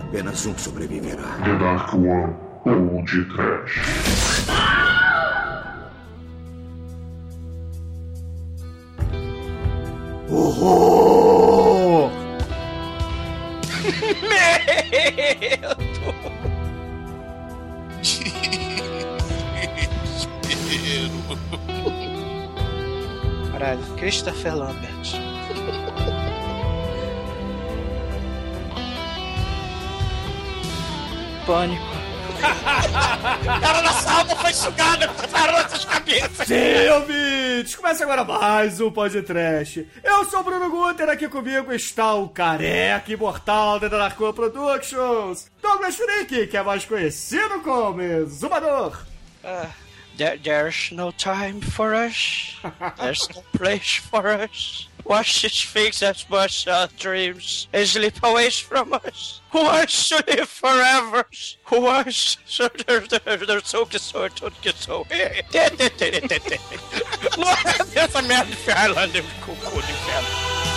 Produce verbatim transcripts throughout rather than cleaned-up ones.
Apenas um sobreviverá. The Dark One ou de Trash. Horror! Medo! Desespero! Caralho, Christopher Lambert. Pânico. Cara, nossa alma foi sugada para nossas cabeças. Sim, ouvintes! Começa agora mais um podcast. Eu sou o Bruno Guter, aqui comigo está o careca imortal da Dark One Productions, Douglas Freak, que é mais conhecido como Exumador. Uh, there, there's no time for us. There's no place for us. Wash its face as much our dreams and slip away from us. Who wants to live forever? Who wants to there's so que sou, tudo que sou. Não é essa merda de Highlander com o cu do inferno.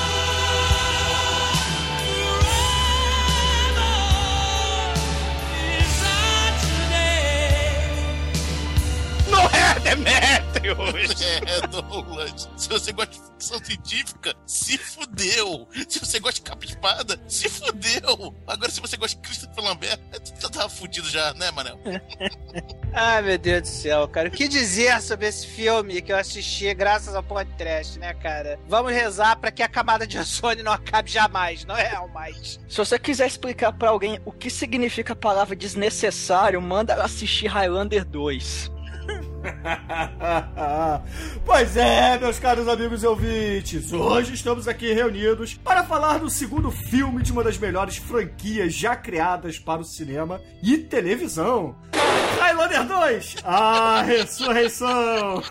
Não é Demetrius! É, Douglas. Se você gosta de ficção científica, se fudeu. Se você gosta de capa de espada, se fudeu. Agora, se você gosta de Christopher Lambert, você tava fudido já, né, Manel? Ai, meu Deus do céu, cara. O que dizer sobre esse filme que eu assisti graças ao podcast, né, cara? Vamos rezar pra que a camada de ozônio não acabe jamais, não é, mais. Se você quiser explicar pra alguém o que significa a palavra desnecessário, manda assistir Highlander dois. Pois é, meus caros amigos e ouvintes, hoje estamos aqui reunidos para falar do segundo filme de uma das melhores franquias já criadas para o cinema e televisão. Highlander dois, a ressurreição.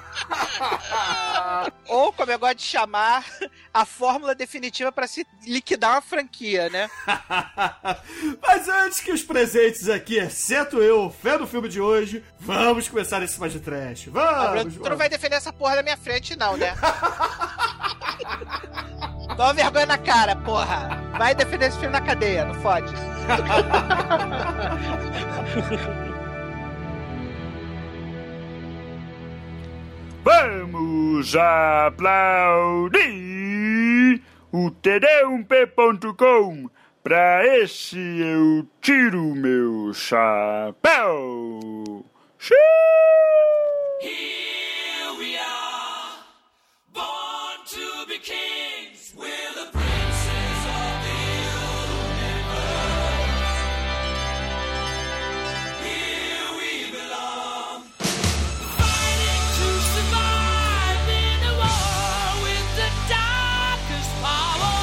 Ou, como eu gosto de chamar, a fórmula definitiva para se liquidar uma franquia, né? Mas antes que os presentes aqui, exceto eu, fé do filme de hoje, vamos começar esse mais de trash. Vamos, ah, Bruno, vamos. Tu não vai defender essa porra na minha frente, não, né? Toma vergonha na cara, porra. Vai defender esse filme na cadeia, não fode. Vamos aplaudir o T D um P ponto com. Pra esse eu tiro meu chapéu. Xiii! Here we are, born to be kings. We're the princes of the universe. Here we belong, fighting to survive in a war with the darkest power.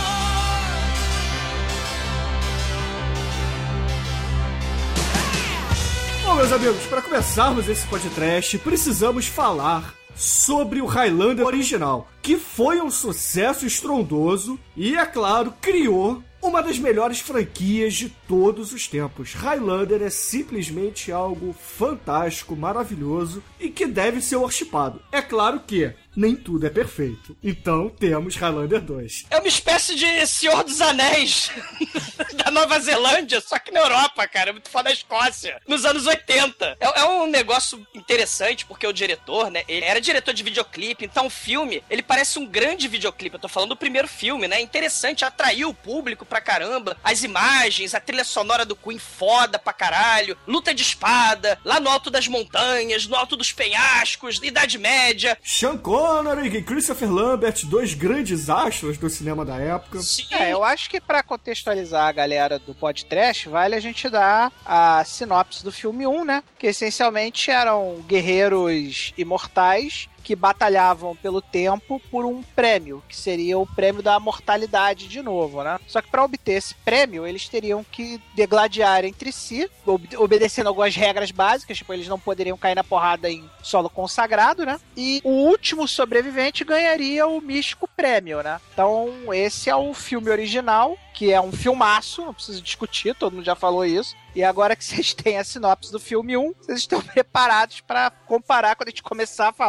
Bom, meus amigos, para começarmos esse podcast, precisamos falar sobre o Highlander original, que foi um sucesso estrondoso e, é claro, criou uma das melhores franquias de todos os tempos. Highlander é simplesmente algo fantástico, maravilhoso e que deve ser worshipado. É claro que nem tudo é perfeito. Então temos Highlander dois. É uma espécie de Senhor dos Anéis da Nova Zelândia, só que na Europa, cara. Muito foda da Escócia. Nos anos oitenta. É, é um negócio interessante, porque o diretor, né? Ele era diretor de videoclipe, então o filme, ele parece um grande videoclipe. Eu tô falando do primeiro filme, né? Interessante, atraiu o público pra caramba. As imagens, a trilha sonora do Queen foda pra caralho. Luta de espada, lá no alto das montanhas, no alto dos penhascos, Idade Média. Sean Connery e Christopher Lambert, dois grandes astros do cinema da época. Sim. É, eu acho que pra contextualizar a galera do podcast, vale a gente dar a sinopse do filme um, né? Que essencialmente eram guerreiros imortais que batalhavam pelo tempo por um prêmio, que seria o prêmio da mortalidade de novo, né? Só que para obter esse prêmio, eles teriam que degladiar entre si, ob- obedecendo algumas regras básicas, tipo, eles não poderiam cair na porrada em solo consagrado, né? E o último sobrevivente ganharia o místico prêmio, né? Então, esse é o filme original, que é um filmaço, não preciso discutir, todo mundo já falou isso. E agora que vocês têm a sinopse do filme um, vocês estão preparados para comparar quando a gente começar a falar do filme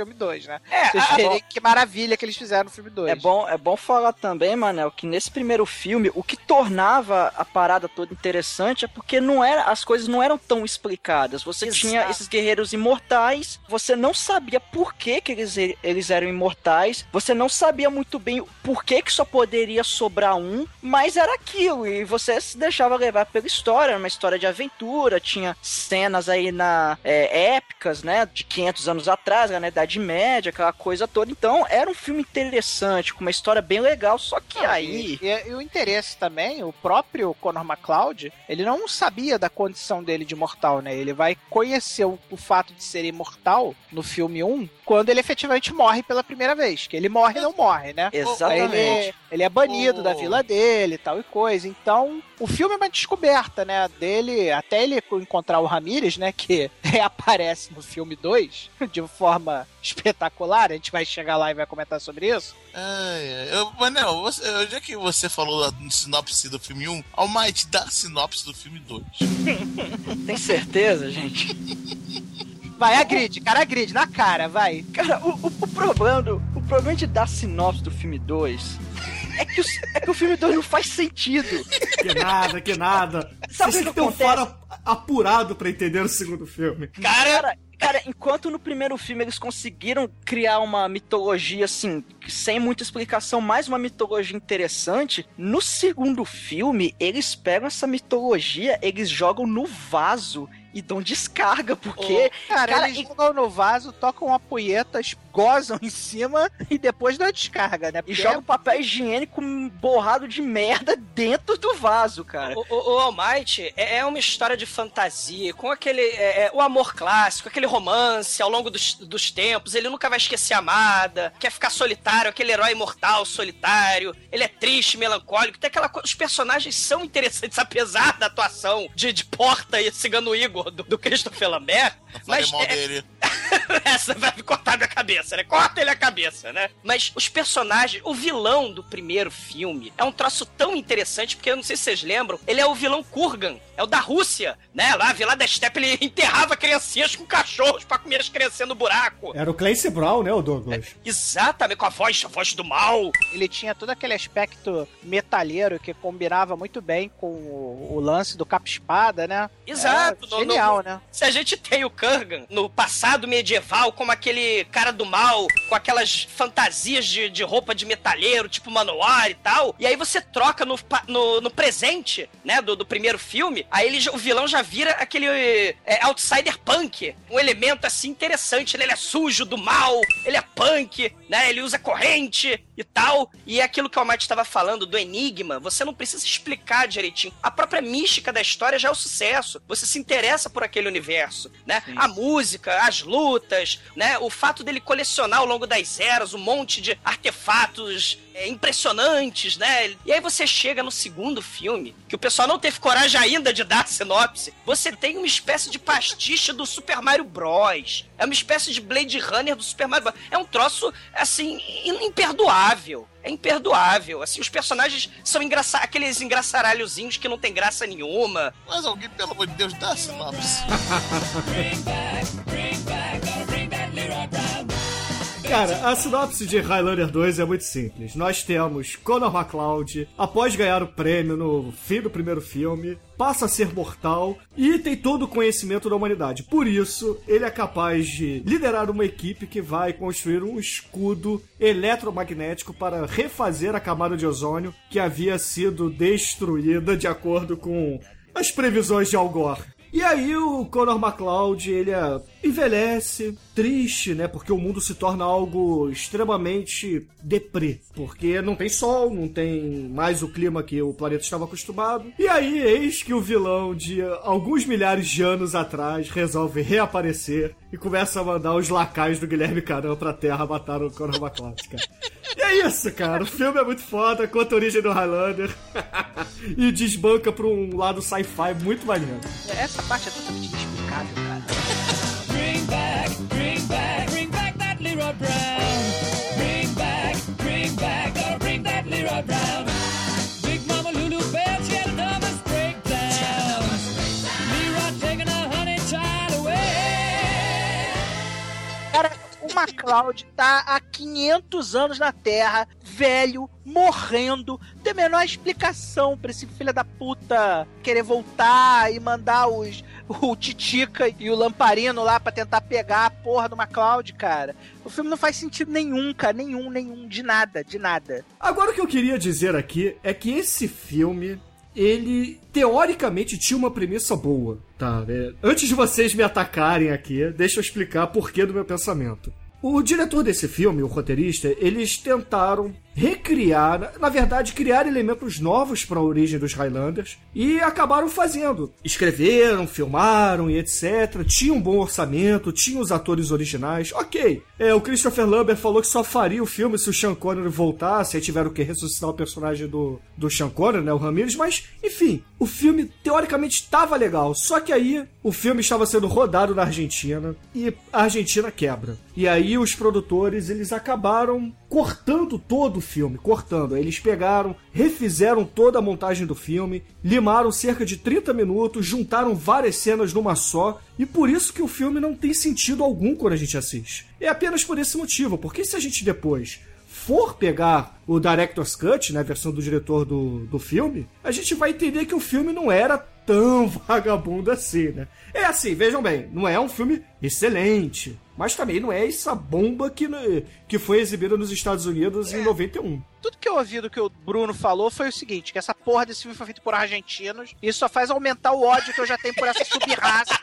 filme dois, né? É, Vocês é verem bom. que maravilha que eles fizeram no filme dois. É bom, é bom falar também, Manel, que nesse primeiro filme, o que tornava a parada toda interessante é porque não era, as coisas não eram tão explicadas. Você Exato. tinha esses guerreiros imortais, você não sabia por que, que eles, eles eram imortais, você não sabia muito bem por que, que só poderia sobrar um, mas era aquilo, e você se deixava levar pela história, era uma história de aventura, tinha cenas aí na, é, épicas, né, de quinhentos anos atrás, na Idade Média, aquela coisa toda. Então, era um filme interessante, com uma história bem legal, só que Não, aí... E, e, e o interesse também, o próprio Conor McCloud, ele não sabia da condição dele de imortal, né? Ele vai conhecer o, o fato de ser imortal no filme um, quando ele efetivamente morre pela primeira vez. Que ele morre e não morre, né? Exatamente. Ele, ele é banido Oh. da vila dele e tal e coisa. Então, o filme é uma descoberta, né? Dele, até ele encontrar o Ramírez, né? Que reaparece no filme dois de forma espetacular. A gente vai chegar lá e vai comentar sobre isso. Ai, ai. Eu, Manel, você, já que você falou da sinopse do filme um, Almighty, dá a sinopse do filme dois. Tem certeza, gente? Vai, agride, cara, agride, na cara, vai. Cara, o, o, o problema do, o problema de dar sinopse do filme dois é que, o, é que o filme dois não faz sentido. Que nada, que nada. Sabe Vocês o que têm que ter um acontece? faro apurado pra entender o segundo filme. Cara, cara, enquanto no primeiro filme eles conseguiram criar uma mitologia, assim, sem muita explicação, mais uma mitologia interessante, no segundo filme, eles pegam essa mitologia, eles jogam no vaso e dão descarga, porque... Cara, cara, eles e- jogam no vaso, tocam uma punheta, gozam em cima e depois dão descarga, né? E Porque joga papel higiênico borrado de merda dentro do vaso, cara. O, o, o Almighty é, é uma história de fantasia, com aquele é, é, o amor clássico, aquele romance ao longo dos, dos tempos. Ele nunca vai esquecer a amada, quer ficar solitário, aquele herói imortal solitário. Ele é triste, melancólico. Tem aquela coisa. Os personagens são interessantes, apesar da atuação de, de Porta e Cigano Igor do, do Christopher Lambert. Não falei Mas mal é, dele. essa vai me cortar minha cabeça, né? Corta ele a cabeça, né? Mas os personagens, o vilão do primeiro filme é um troço tão interessante, porque eu não sei se vocês lembram, ele é o vilão Kurgan, é o da Rússia, né? Lá, Vila da Steppe, ele enterrava criancinhas com cachorros pra comer as criancinhas no buraco. Era o Clancy Brown, né, o Douglas? Exatamente, com a voz, a voz do mal. ele tinha todo aquele aspecto metalheiro que combinava muito bem com o, o lance do capa-espada, né? Exato. É, no- genial, no- né? Se a gente tem o Kurgan no passado medieval como aquele cara do mal, com aquelas fantasias de, de roupa de metalheiro, tipo Manowar e tal, e aí você troca no, pa- no, no presente, né, do, do primeiro filme, aí ele, já- o vilão já vira aquele é, outsider punk, um elemento assim interessante, ele, ele é sujo, do mal, ele é punk, né, ele usa corrente e tal, e é aquilo que o Almighty estava falando do enigma, você não precisa explicar direitinho, a própria mística da história já é o sucesso, você se interessa por aquele universo, né, a música, as lutas, né, o fato dele colecionar ao longo das eras um monte de artefatos é, impressionantes, né, e aí você chega no segundo filme, que o pessoal não teve coragem ainda de dar a sinopse, você tem uma espécie de pastiche do Super Mario Bros, é uma espécie de Blade Runner do Super Mario Bros, é um troço, assim, imperdoável. É imperdoável. Assim, os personagens são engraça... aqueles engraçaralhozinhos que não tem graça nenhuma. Mas alguém, pelo amor de Deus, dá a sinopse. Cara, a sinopse de Highlander dois é muito simples. Nós temos Conor McCloud, após ganhar o prêmio no fim do primeiro filme, passa a ser mortal e tem todo o conhecimento da humanidade. Por isso, ele é capaz de liderar uma equipe que vai construir um escudo eletromagnético para refazer a camada de ozônio que havia sido destruída de acordo com as previsões de Al Gore. E aí o Conor McCloud, ele é, envelhece, triste, né? Porque o mundo se torna algo extremamente deprê. Porque não tem sol, não tem mais o clima que o planeta estava acostumado. E aí, eis que o vilão de alguns milhares de anos atrás resolve reaparecer e começa a mandar os lacaios do Guilherme Caram pra Terra matar o Conor McCloud, cara. E é isso, cara. O filme é muito foda, conta a origem do Highlander e desbanca pra um lado sci-fi muito maneiro. Essa parte é totalmente inexplicável, cara. Bring back, bring back, bring back that Leroy Brown. Bring back, bring back, gotta bring that Leroy Brown. Big Mama Lulu Bell, she had a nervous breakdown. Leroy taking a honey child away. Cara, uma MacLeod tá há quinhentos anos na Terra, velho, morrendo, tem a menor explicação pra esse filho da puta querer voltar e mandar os, o Titica e o Lamparino lá pra tentar pegar a porra do MacLeod, cara. O filme não faz sentido nenhum, cara, nenhum, nenhum, de nada, de nada. Agora o que eu queria dizer aqui é que esse filme, ele teoricamente tinha uma premissa boa, tá? É, antes de vocês me atacarem aqui, deixa eu explicar por que do meu pensamento. O diretor desse filme, o roteirista, eles tentaram recriar, na verdade, criar elementos novos para a origem dos Highlanders e acabaram fazendo. Escreveram, filmaram e etcétera. Tinha um bom orçamento, tinha os atores originais. Ok, é, o Christopher Lambert falou que só faria o filme se o Sean Connery voltasse, aí tiveram que ressuscitar o personagem do, do Sean Connery, né, o Ramirez, mas, enfim, o filme teoricamente estava legal, só que aí o filme estava sendo rodado na Argentina e a Argentina quebra. E aí os produtores, eles acabaram cortando todo o filme, cortando. Eles pegaram, refizeram toda a montagem do filme, limaram cerca de trinta minutos, juntaram várias cenas numa só, e por isso que o filme não tem sentido algum quando a gente assiste. É apenas por esse motivo, porque se a gente depois for pegar o Director's Cut, né, a versão do diretor do, do filme, a gente vai entender que o filme não era tão vagabundo assim, né? É assim, vejam bem, não é um filme excelente, mas também não é essa bomba que, que foi exibida nos Estados Unidos é. em noventa e um. Tudo que eu ouvi do que o Bruno falou foi o seguinte, que essa porra desse filme foi feito por argentinos, e isso só faz aumentar o ódio que eu já tenho por essa sub-raça.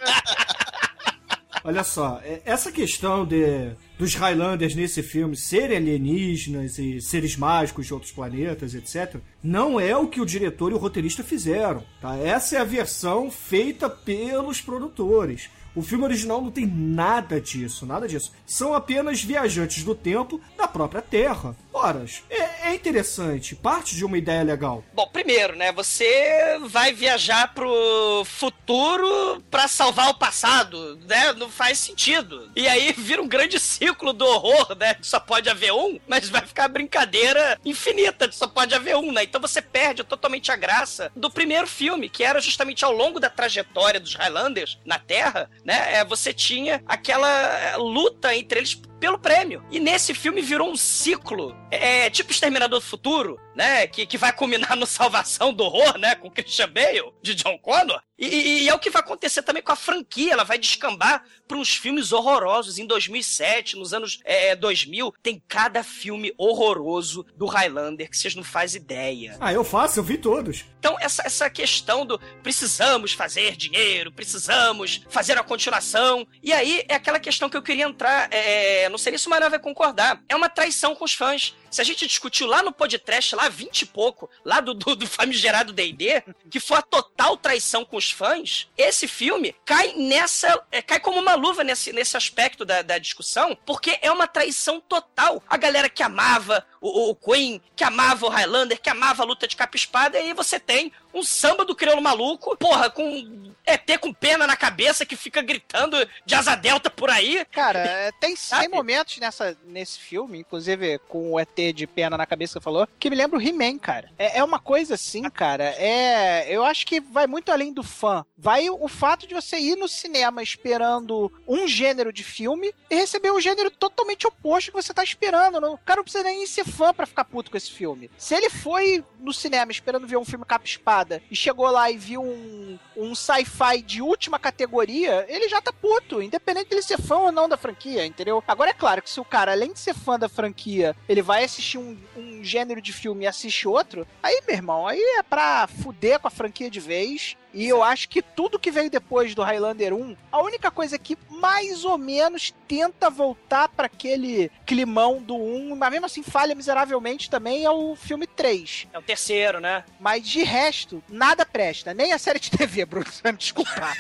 Olha só, essa questão de, dos Highlanders nesse filme serem alienígenas e seres mágicos de outros planetas, etcétera, não é o que o diretor e o roteirista fizeram, tá? Essa é a versão feita pelos produtores. O filme original não tem nada disso, nada disso. São apenas viajantes do tempo da própria Terra. Ora, é, é interessante, parte de uma ideia legal. Bom, primeiro, né, você vai viajar pro futuro pra salvar o passado, né, não faz sentido. E aí vira um grande ciclo do horror, né, que só pode haver um, mas vai ficar brincadeira infinita de só pode haver um, né, então você perde totalmente a graça do primeiro filme, que era justamente ao longo da trajetória dos Highlanders na Terra, né, é, você tinha aquela luta entre eles pelo prêmio. E nesse filme virou um ciclo, é, tipo Exterminador do Futuro, né, que, que vai culminar no Salvação do Horror, né, com Christian Bale, de John Connor. E, e, e é o que vai acontecer também com a franquia, ela vai descambar para uns filmes horrorosos. Em dois mil e sete, nos anos é, dois mil, tem cada filme horroroso do Highlander que vocês não fazem ideia. Ah, eu faço, eu vi todos. Então, essa, essa questão do precisamos fazer dinheiro, precisamos fazer a continuação, e aí é aquela questão que eu queria entrar, é, não sei se o Manuel vai concordar, é uma traição com os fãs. Se a gente discutiu lá no podcast, lá vinte e pouco, lá do, do, do famigerado D e D, que foi a total traição com os fãs, esse filme cai nessa, é, cai como uma luva nesse, nesse aspecto da, da discussão, porque é uma traição total. A galera que amava o, o Queen, que amava o Highlander, que amava a luta de capa e espada, e aí você tem um samba do crioulo maluco, porra, com E T com pena na cabeça que fica gritando de asa delta por aí. Cara, tem, tem momentos nessa, nesse filme, inclusive com o E T de pena na cabeça que você falou, que me lembra o He-Man, cara. É, é uma coisa assim, cara, é... eu acho que vai muito além do fã. Vai o, o fato de você ir no cinema esperando um gênero de filme e receber um gênero totalmente oposto que você tá esperando. Não, o cara não precisa nem ser fã pra ficar puto com esse filme. Se ele foi no cinema esperando ver um filme capa-espada e chegou lá e viu um, um sci-fi de última categoria, ele já tá puto, independente de ele ser fã ou não da franquia, entendeu? Agora é claro que se o cara, além de ser fã da franquia, ele vai assistir um, um gênero de filme e assiste outro, aí, meu irmão, aí é pra fuder com a franquia de vez. E eu acho que tudo que veio depois do Highlander um, a única coisa que mais ou menos tenta voltar para aquele climão do um, mas mesmo assim falha miseravelmente também, é o filme três. É o terceiro, né? Mas de resto, nada presta. Nem a série de T V, Bruno, você vai me desculpar.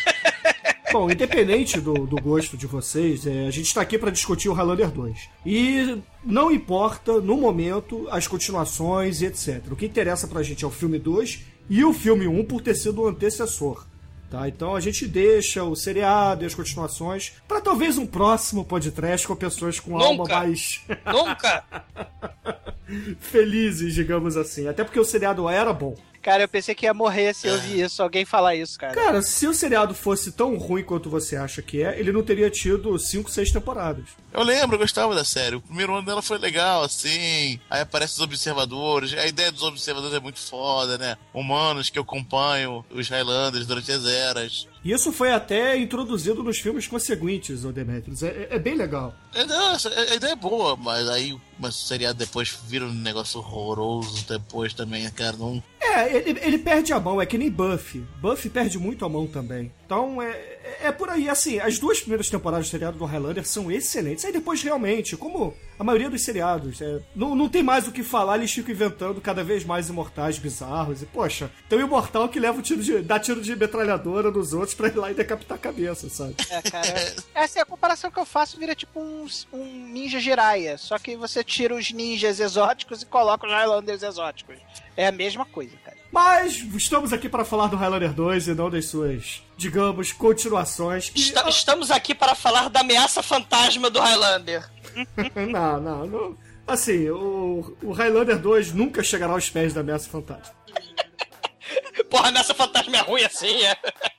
Bom, independente do, do gosto de vocês, é, a gente está aqui para discutir o Highlander dois. E não importa, no momento, as continuações e etcétera. O que interessa pra gente é o filme dois e o filme um por ter sido o antecessor. Tá? Então a gente deixa o seriado e as continuações para talvez um próximo podcast com pessoas com Nunca. alma mais... Nunca! felizes, digamos assim. Até porque o seriado era bom. Cara, eu pensei que ia morrer se eu ouvir isso, alguém falar isso, cara. Cara, se o seriado fosse tão ruim quanto você acha que é, ele não teria tido cinco, seis temporadas. Eu lembro, eu gostava da série. O primeiro ano dela foi legal, assim. Aí aparecem os observadores. A ideia dos observadores é muito foda, né? Humanos que acompanham os Highlanders durante as eras. Isso foi até introduzido nos filmes conseguintes, o Demetrius. É, é bem legal. É, não, a ideia é boa, mas aí mas o seriado depois vira um negócio horroroso depois também, cara. Não... É, ele, ele perde a mão, é que nem Buffy. Buffy perde muito a mão também. Então, é, é por aí. Assim, as duas primeiras temporadas do seriado do Highlander são excelentes. Aí depois, realmente, como a maioria dos seriados, é, não, não tem mais o que falar, eles ficam inventando cada vez mais imortais bizarros. E, poxa, tem um imortal que leva o tiro de, dá tiro de metralhadora nos outros pra ir lá e decapitar a cabeça, sabe? É, cara. Essa é a comparação que eu faço, vira tipo um, um ninja Jiraiya. Só que você tira os ninjas exóticos e coloca os Highlanders exóticos. É a mesma coisa, cara. Mas estamos aqui para falar do Highlander dois e não das suas, digamos, continuações. Está, estamos aqui para falar da ameaça fantasma do Highlander. não, não, não. Assim, o, o Highlander dois nunca chegará aos pés da ameaça fantasma. Porra, a ameaça fantasma é ruim assim, é?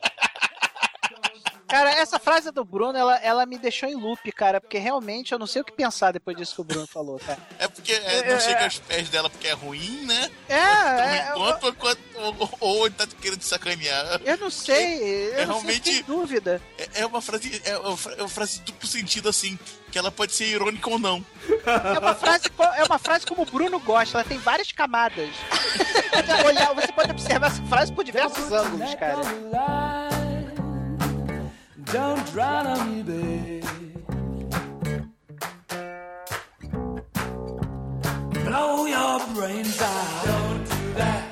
Cara, essa frase do Bruno, ela, ela me deixou em loop, cara, porque realmente eu não sei o que pensar depois disso que o Bruno falou, cara. É porque é, não é, chega aos pés dela porque é ruim, né? É, é. Enquanto, enquanto, ou, ou ele tá querendo sacanear. Eu não sei, eu é não realmente, sei, tem dúvida. É, é uma frase, é uma, é uma frase de duplo sentido, assim, que ela pode ser irônica ou não. É uma frase, é uma frase como o Bruno gosta, ela tem várias camadas. Você pode olhar, você pode observar essa frase por diversos ângulos, cara. Don't drown on me, babe. Blow your brains out. Don't do that,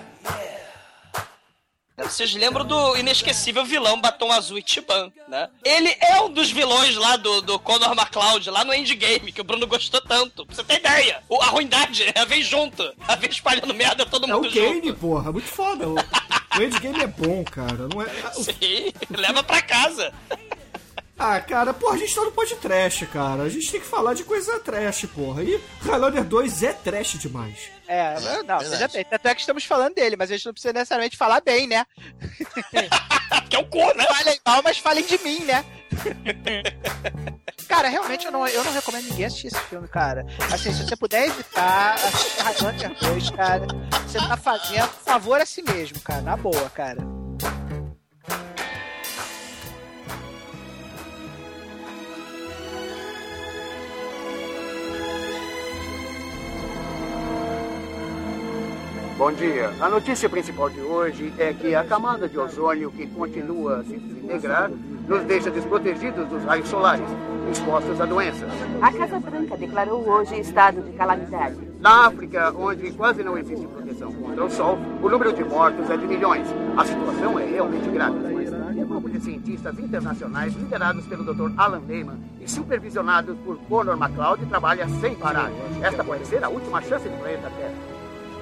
yeah. Vocês lembram do inesquecível vilão Batom Azul Ichiban, né? Ele é um dos vilões lá do, do Conor McCloud, lá no Endgame, que o Bruno gostou tanto. Pra você ter ideia, o, a ruindade, ela vem junto. Ela vem espalhando merda todo mundo junto. É o Kane, porra, muito foda. O, o Endgame é bom, cara. Não é, o... Sim, leva pra casa. Ah, cara, porra, a gente tá no podcast, cara. A gente tem que falar de coisa trash, porra. E Highlander dois é trash demais. É, não, veja bem. Tanto é que estamos falando dele, mas a gente não precisa necessariamente falar bem, né? Que é o cu, né? Falem mal, mas falem de mim, né? Cara, realmente eu não, eu não recomendo ninguém assistir esse filme, cara. Assim, se você puder evitar assistir Highlander dois, cara, você tá fazendo favor a si mesmo, cara. Na boa, cara. Bom dia. A notícia principal de hoje é que a camada de ozônio que continua a se desintegrar nos deixa desprotegidos dos raios solares, expostos a doenças. A Casa Branca declarou hoje estado de calamidade. Na África, onde quase não existe proteção contra o sol, o número de mortos é de milhões. A situação é realmente grave. Um grupo de cientistas internacionais liderados pelo doutor Alan Neyman e supervisionados por Conor McCloud trabalha sem parar. Esta pode ser a última chance do planeta Terra.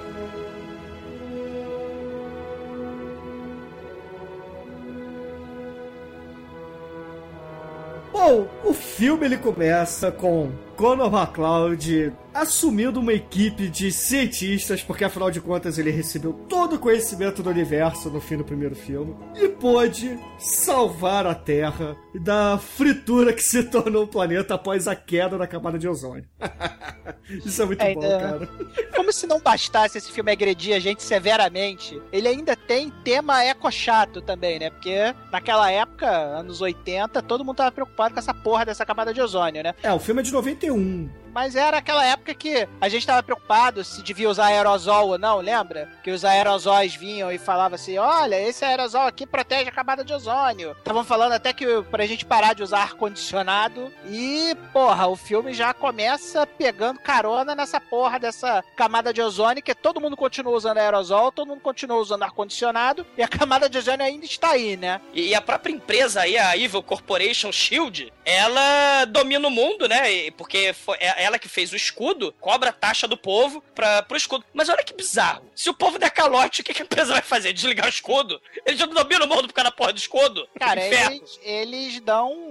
Bom, o filme ele começa com Conor McCloud assumindo uma equipe de cientistas, porque afinal de contas ele recebeu todo o conhecimento do universo no fim do primeiro filme e pôde salvar a Terra da fritura que se tornou o planeta após a queda da camada de ozônio. Isso é muito é, bom, é... cara. Como se não bastasse esse filme agredir a gente severamente, ele ainda tem tema eco-chato também, né? Porque naquela época, anos oitenta, todo mundo tava preocupado com essa porra dessa camada de ozônio, né? É, o filme é de noventa e um. Mas era aquela época que a gente tava preocupado se devia usar aerosol ou não, lembra? Que os aerosóis vinham e falavam assim, olha, esse aerosol aqui protege a camada de ozônio. Estavam falando até que pra gente parar de usar ar-condicionado. E, porra, o filme já começa pegando carona nessa porra dessa camada de ozônio, que todo mundo continua usando aerosol, todo mundo continua usando ar-condicionado, e a camada de ozônio ainda está aí, né? E a própria empresa aí, a Evil Corporation Shield, ela domina o mundo, né? Porque foi... ela que fez o escudo, cobra a taxa do povo pra, pro escudo. Mas olha que bizarro. Se o povo der calote, o que, que a empresa vai fazer? Desligar o escudo? Eles já não dominam o mundo por causa da porra do escudo? Cara, eles, eles dão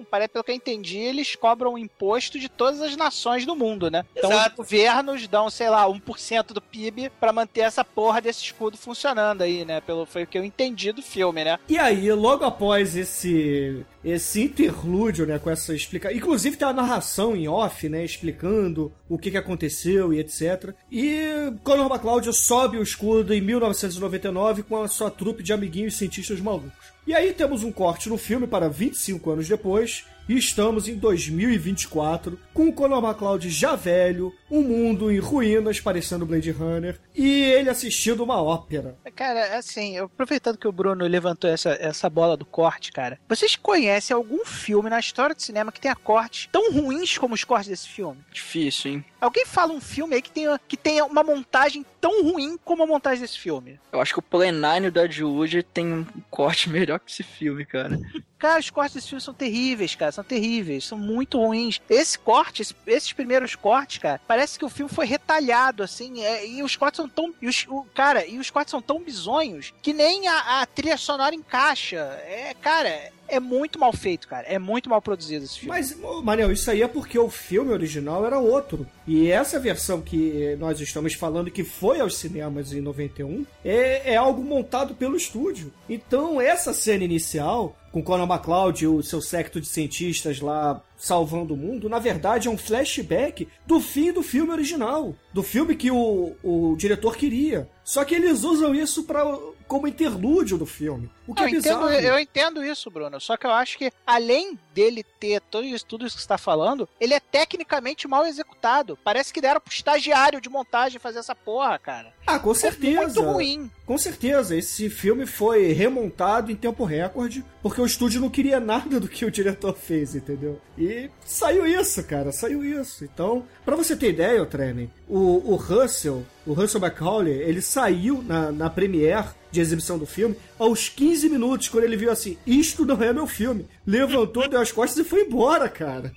parece, pelo que eu entendi, eles cobram imposto de todas as nações do mundo, né? Então Exato. os governos dão, sei lá, um por cento do P I B pra manter essa porra desse escudo funcionando aí, né? Pelo, foi o que eu entendi do filme, né? E aí, logo após esse esse interlúdio, né, com essa explicação, inclusive tem a narração em off, né, explicando o que que aconteceu e etcétera. E Connor McCloud sobe o escudo em mil novecentos e noventa e nove com a sua trupe de amiguinhos cientistas malucos. E aí temos um corte no filme para vinte e cinco anos depois, e estamos em dois mil e vinte e quatro, com o Connor McCloud já velho, um mundo em ruínas, parecendo Blade Runner, e ele assistindo uma ópera. Cara, assim, aproveitando que o Bruno levantou essa, essa bola do corte, cara, vocês conhecem algum filme na história do cinema que tenha cortes tão ruins como os cortes desse filme? Difícil, hein? Alguém fala um filme aí que tenha, que tenha uma montagem tão ruim como a montagem desse filme? Eu acho que o Plan nine do Ed Wood tem um corte melhor que esse filme, cara. Cara, os cortes desse filme são terríveis, cara. São terríveis, são muito ruins. Esse corte, esse, esses primeiros cortes, cara, parece que o filme foi retalhado, assim, é, e os cortes são tão... E os, o, cara, e os cortes são tão bizonhos que nem a, a trilha sonora encaixa. É, cara... É muito mal feito, cara. É muito mal produzido esse filme. Mas, Manel, isso aí é porque o filme original era outro. E essa versão que nós estamos falando, que foi aos cinemas em noventa e um, é, é algo montado pelo estúdio. Então, essa cena inicial, com Connor McCloud e o seu séquito de cientistas lá salvando o mundo, na verdade é um flashback do fim do filme original. Do filme que o, o diretor queria. Só que eles usam isso pra... como interlúdio do filme. O que eu é bizarro. Entendo, eu entendo isso, Bruno. Só que eu acho que, além dele ter tudo isso, tudo isso que você está falando, ele é tecnicamente mal executado. Parece que deram pro estagiário de montagem fazer essa porra, cara. Ah, com certeza. É muito ruim. Com certeza. Esse filme foi remontado em tempo recorde, porque o estúdio não queria nada do que o diretor fez, entendeu? E saiu isso, cara. Saiu isso. Então, pra você ter ideia, Tremen, o, o Russell, o Russell McCauley, ele saiu na, na premiere de exibição do filme aos quinze minutos, quando ele viu assim, isto não é meu filme. Levantou, deu as costas e foi embora, cara.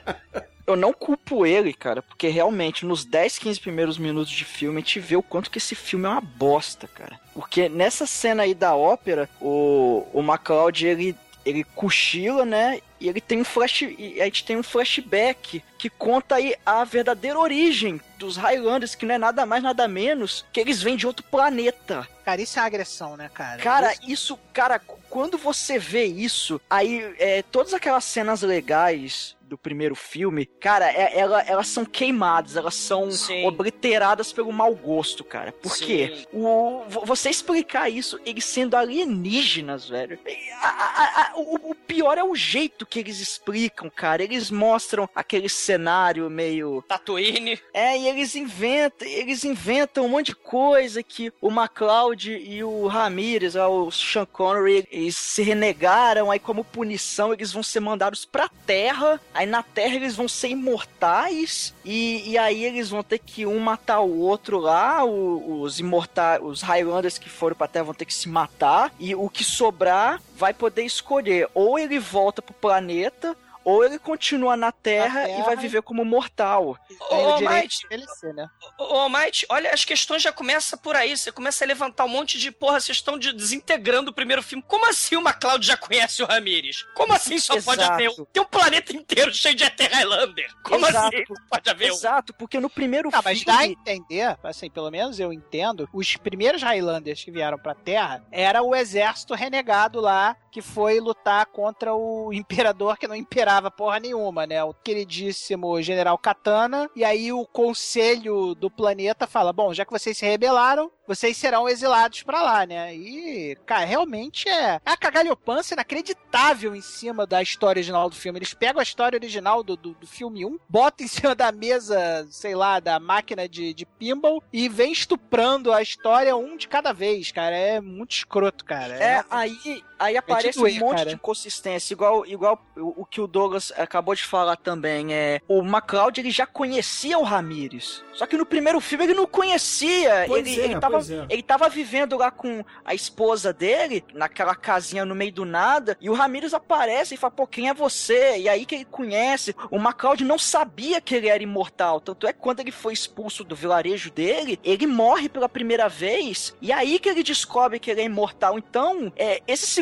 Eu não culpo ele, cara, porque realmente nos dez, quinze primeiros minutos de filme a gente vê o quanto que esse filme é uma bosta, cara. Porque nessa cena aí da ópera, o, o McCloud, ele, ele cochila, né? E ele tem um flash, e a gente tem um flashback que conta aí a verdadeira origem dos Highlanders, que não é nada mais, nada menos que eles vêm de outro planeta. Cara, isso é agressão, né, cara? Cara, isso, isso cara, quando você vê isso, aí é, todas aquelas cenas legais do primeiro filme, cara, é, ela, elas são queimadas, elas são Sim. obliteradas pelo mau gosto, cara. Por Sim. quê? O, você explicar isso, eles sendo alienígenas, velho. A, a, a, o, o pior é o jeito que eles explicam, cara. Eles mostram aquele cenário meio... Tatooine. É, e eles inventam, eles inventam um monte de coisa que o McCloud e o Ramirez, o Sean Connery, eles se renegaram, aí como punição eles vão ser mandados pra Terra. Aí na Terra eles vão ser imortais e, e aí eles vão ter que um matar o outro lá, o, os imortais, os Highlanders que foram pra Terra vão ter que se matar e o que sobrar vai poder escolher, ou ele volta pro planeta, ou ele continua na Terra, terra e vai viver como mortal. Ô, Might, né? Ô, Might, olha, as questões já começam por aí. Você começa a levantar um monte de porra, vocês estão de, desintegrando o primeiro filme. Como assim o McCloud já conhece o Ramirez? Como assim só Exato. pode haver um? Tem um planeta inteiro cheio de Ether Highlander. Como Exato. assim pode haver um? Exato, porque no primeiro ah, filme... Mas dá a entender, assim, pelo menos eu entendo, os primeiros Highlanders que vieram pra Terra era o exército renegado lá, que foi lutar contra o imperador que não imperava porra nenhuma, né? O queridíssimo General Katana. E aí o conselho do planeta fala, bom, já que vocês se rebelaram, vocês serão exilados pra lá, né? E, cara, realmente é, é a cagalhopança inacreditável em cima da história original do filme. Eles pegam a história original do, do, do filme um, botam em cima da mesa, sei lá, da máquina de, de pinball e vem estuprando a história um de cada vez, cara. É muito escroto, cara. É, é aí... Aí aparece é um monte cara. de inconsistência, igual, igual o, o que o Douglas acabou de falar também. É, o McCloud, ele já conhecia o Ramirez. Só que no primeiro filme ele não conhecia. Pois ele, é, ele, tava, é. ele tava vivendo lá com a esposa dele, naquela casinha no meio do nada, e o Ramirez aparece e fala, pô, quem é você? E aí que ele conhece. O McCloud não sabia que ele era imortal. Tanto é que quando ele foi expulso do vilarejo dele, ele morre pela primeira vez, e aí que ele descobre que ele é imortal. Então, é, esse segundo segundo filme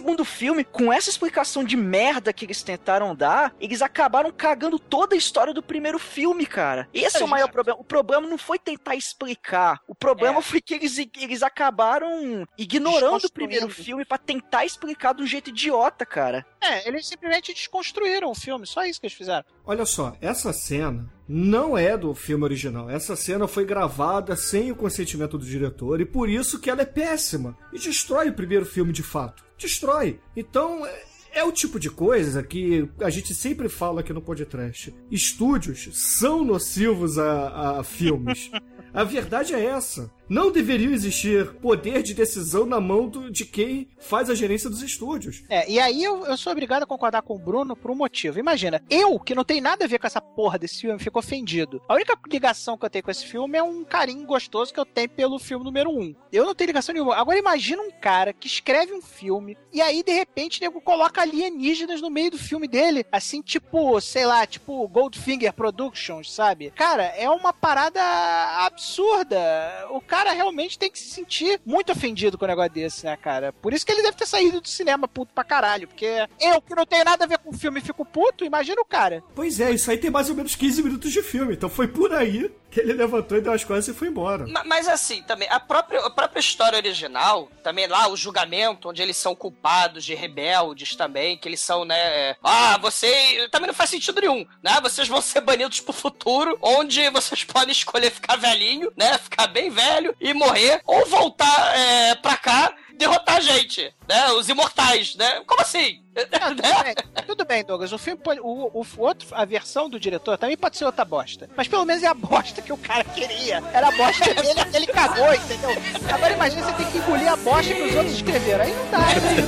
filme, com essa explicação de merda que eles tentaram dar, eles acabaram cagando toda a história do primeiro filme, cara. Esse é, é o maior problema. O problema não foi tentar explicar. O problema é. foi que eles, eles acabaram ignorando o primeiro filme pra tentar explicar de um jeito idiota, cara. É, eles simplesmente desconstruíram o filme. Só isso que eles fizeram. Olha só, essa cena não é do filme original. Essa cena foi gravada sem o consentimento do diretor e por isso que ela é péssima. E destrói o primeiro filme de fato. Destrói. Então... É... É o tipo de coisa que a gente sempre fala aqui no podcast. Estúdios são nocivos a, a filmes. A verdade é essa. Não deveria existir poder de decisão na mão do, de quem faz a gerência dos estúdios. É, e aí eu, eu sou obrigado a concordar com o Bruno por um motivo. Imagina, eu, que não tem nada a ver com essa porra desse filme, fico ofendido. A única ligação que eu tenho com esse filme é um carinho gostoso que eu tenho pelo filme número um. Eu não tenho ligação nenhuma. Agora imagina um cara que escreve um filme e aí, de repente, o nego coloca alienígenas no meio do filme dele. Assim, tipo, sei lá, tipo Goldfinger Productions, sabe? Cara, é uma parada absurda. O cara cara realmente tem que se sentir muito ofendido com um negócio desse, né, cara? Por isso que ele deve ter saído do cinema puto pra caralho, porque eu, que não tenho nada a ver com o filme, fico puto, imagina o cara. Pois é, isso aí tem mais ou menos quinze minutos de filme, então foi por aí que ele levantou e deu as coisas e foi embora. Mas, mas assim, também, a própria, a própria história original, também lá, o julgamento, onde eles são culpados de rebeldes também, que eles são, né, ah, você, também não faz sentido nenhum, né, vocês vão ser banidos pro futuro, onde vocês podem escolher ficar velhinho, né, ficar bem velho e morrer, ou voltar é, pra cá, derrotar a gente, né, os imortais, né, como assim? Não, tudo, bem, tudo bem, Douglas. O filme pode, o, o outro, a versão do diretor também pode ser outra bosta. Mas pelo menos é a bosta que o cara queria. Era a bosta dele, ele cagou, entendeu? Agora imagina você tem que engolir a bosta que os outros escreveram. Aí não dá,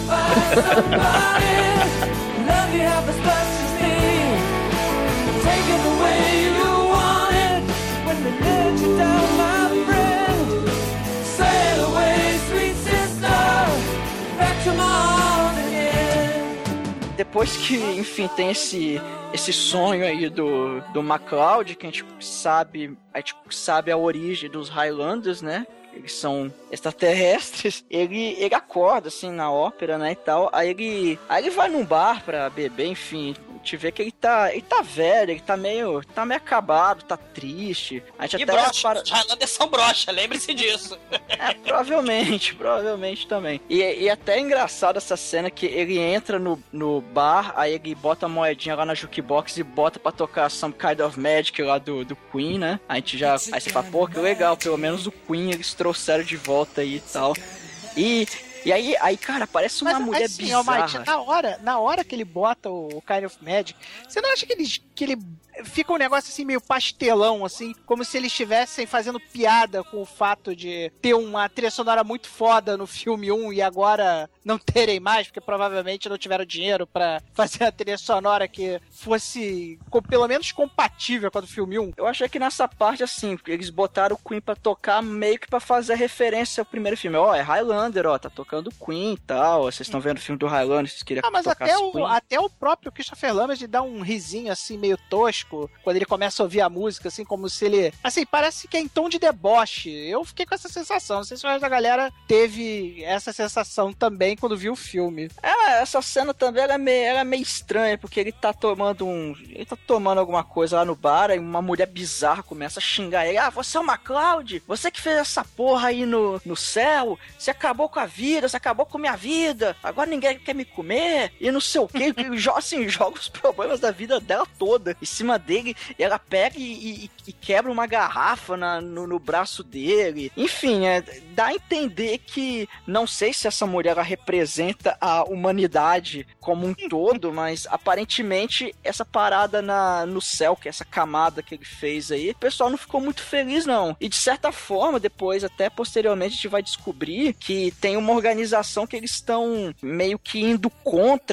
depois que, enfim, tem esse, esse sonho aí do, do MacLeod, que a gente sabe, a gente sabe a origem dos Highlanders, né? Eles são extraterrestres. Ele, ele acorda, assim, na ópera, né, e tal. Aí ele, aí ele vai num bar pra beber, enfim. A gente vê que ele tá, ele tá velho, ele tá meio, tá meio acabado, tá triste. A gente e até broxa, para... os Highlanders são broxa, lembre-se disso. É, provavelmente, provavelmente também. E, e até é engraçado essa cena que ele entra no, no bar, aí ele bota a moedinha lá na jukebox e bota pra tocar Some Kind of Magic lá do, do Queen, né? A gente já... Aí você fala, pô, que legal, pelo menos o Queen eles trouxeram de volta aí e tal. E... E aí, aí, cara, parece uma Mas, mulher assim, bizarra. Ó, Mike, na hora, na hora que ele bota o Kind of Magic, você não acha que ele, que ele fica um negócio assim meio pastelão, assim, como se eles estivessem fazendo piada com o fato de ter uma trilha sonora muito foda no filme um e agora não terem mais, porque provavelmente não tiveram dinheiro pra fazer a trilha sonora que fosse com, pelo menos compatível com a do filme um? Eu achei que nessa parte, assim, eles botaram o Queen pra tocar meio que pra fazer referência ao primeiro filme. Ó, oh, é Highlander, ó, tá tocando Queen e tal, vocês estão vendo o filme do Highlander, vocês queriam ah, mas tocar até o, Queen. até o próprio Christopher Lambert dá um risinho assim, meio tosco, quando ele começa a ouvir a música, assim, como se ele... Assim, parece que é em tom de deboche. Eu fiquei com essa sensação, não sei se o resto da galera teve essa sensação também quando viu o filme. É, essa cena também ela é, meio, ela é meio estranha, porque ele tá tomando um... Ele tá tomando alguma coisa lá no bar, e uma mulher bizarra começa a xingar ele. Ah, você é o MacLeod? Você que fez essa porra aí no, no céu? Você acabou com a vida, você acabou com a minha vida, agora ninguém quer me comer, e não sei o que, assim, joga os problemas da vida dela toda em cima dele, e ela pega e, e, e quebra uma garrafa na, no, no braço dele. Enfim, é, dá a entender que, não sei se essa mulher ela representa a humanidade como um todo, mas aparentemente essa parada na, no céu, que é essa camada que ele fez aí, o pessoal não ficou muito feliz não, e de certa forma, depois, até posteriormente, a gente vai descobrir que tem uma organização que eles estão meio que indo contra, porque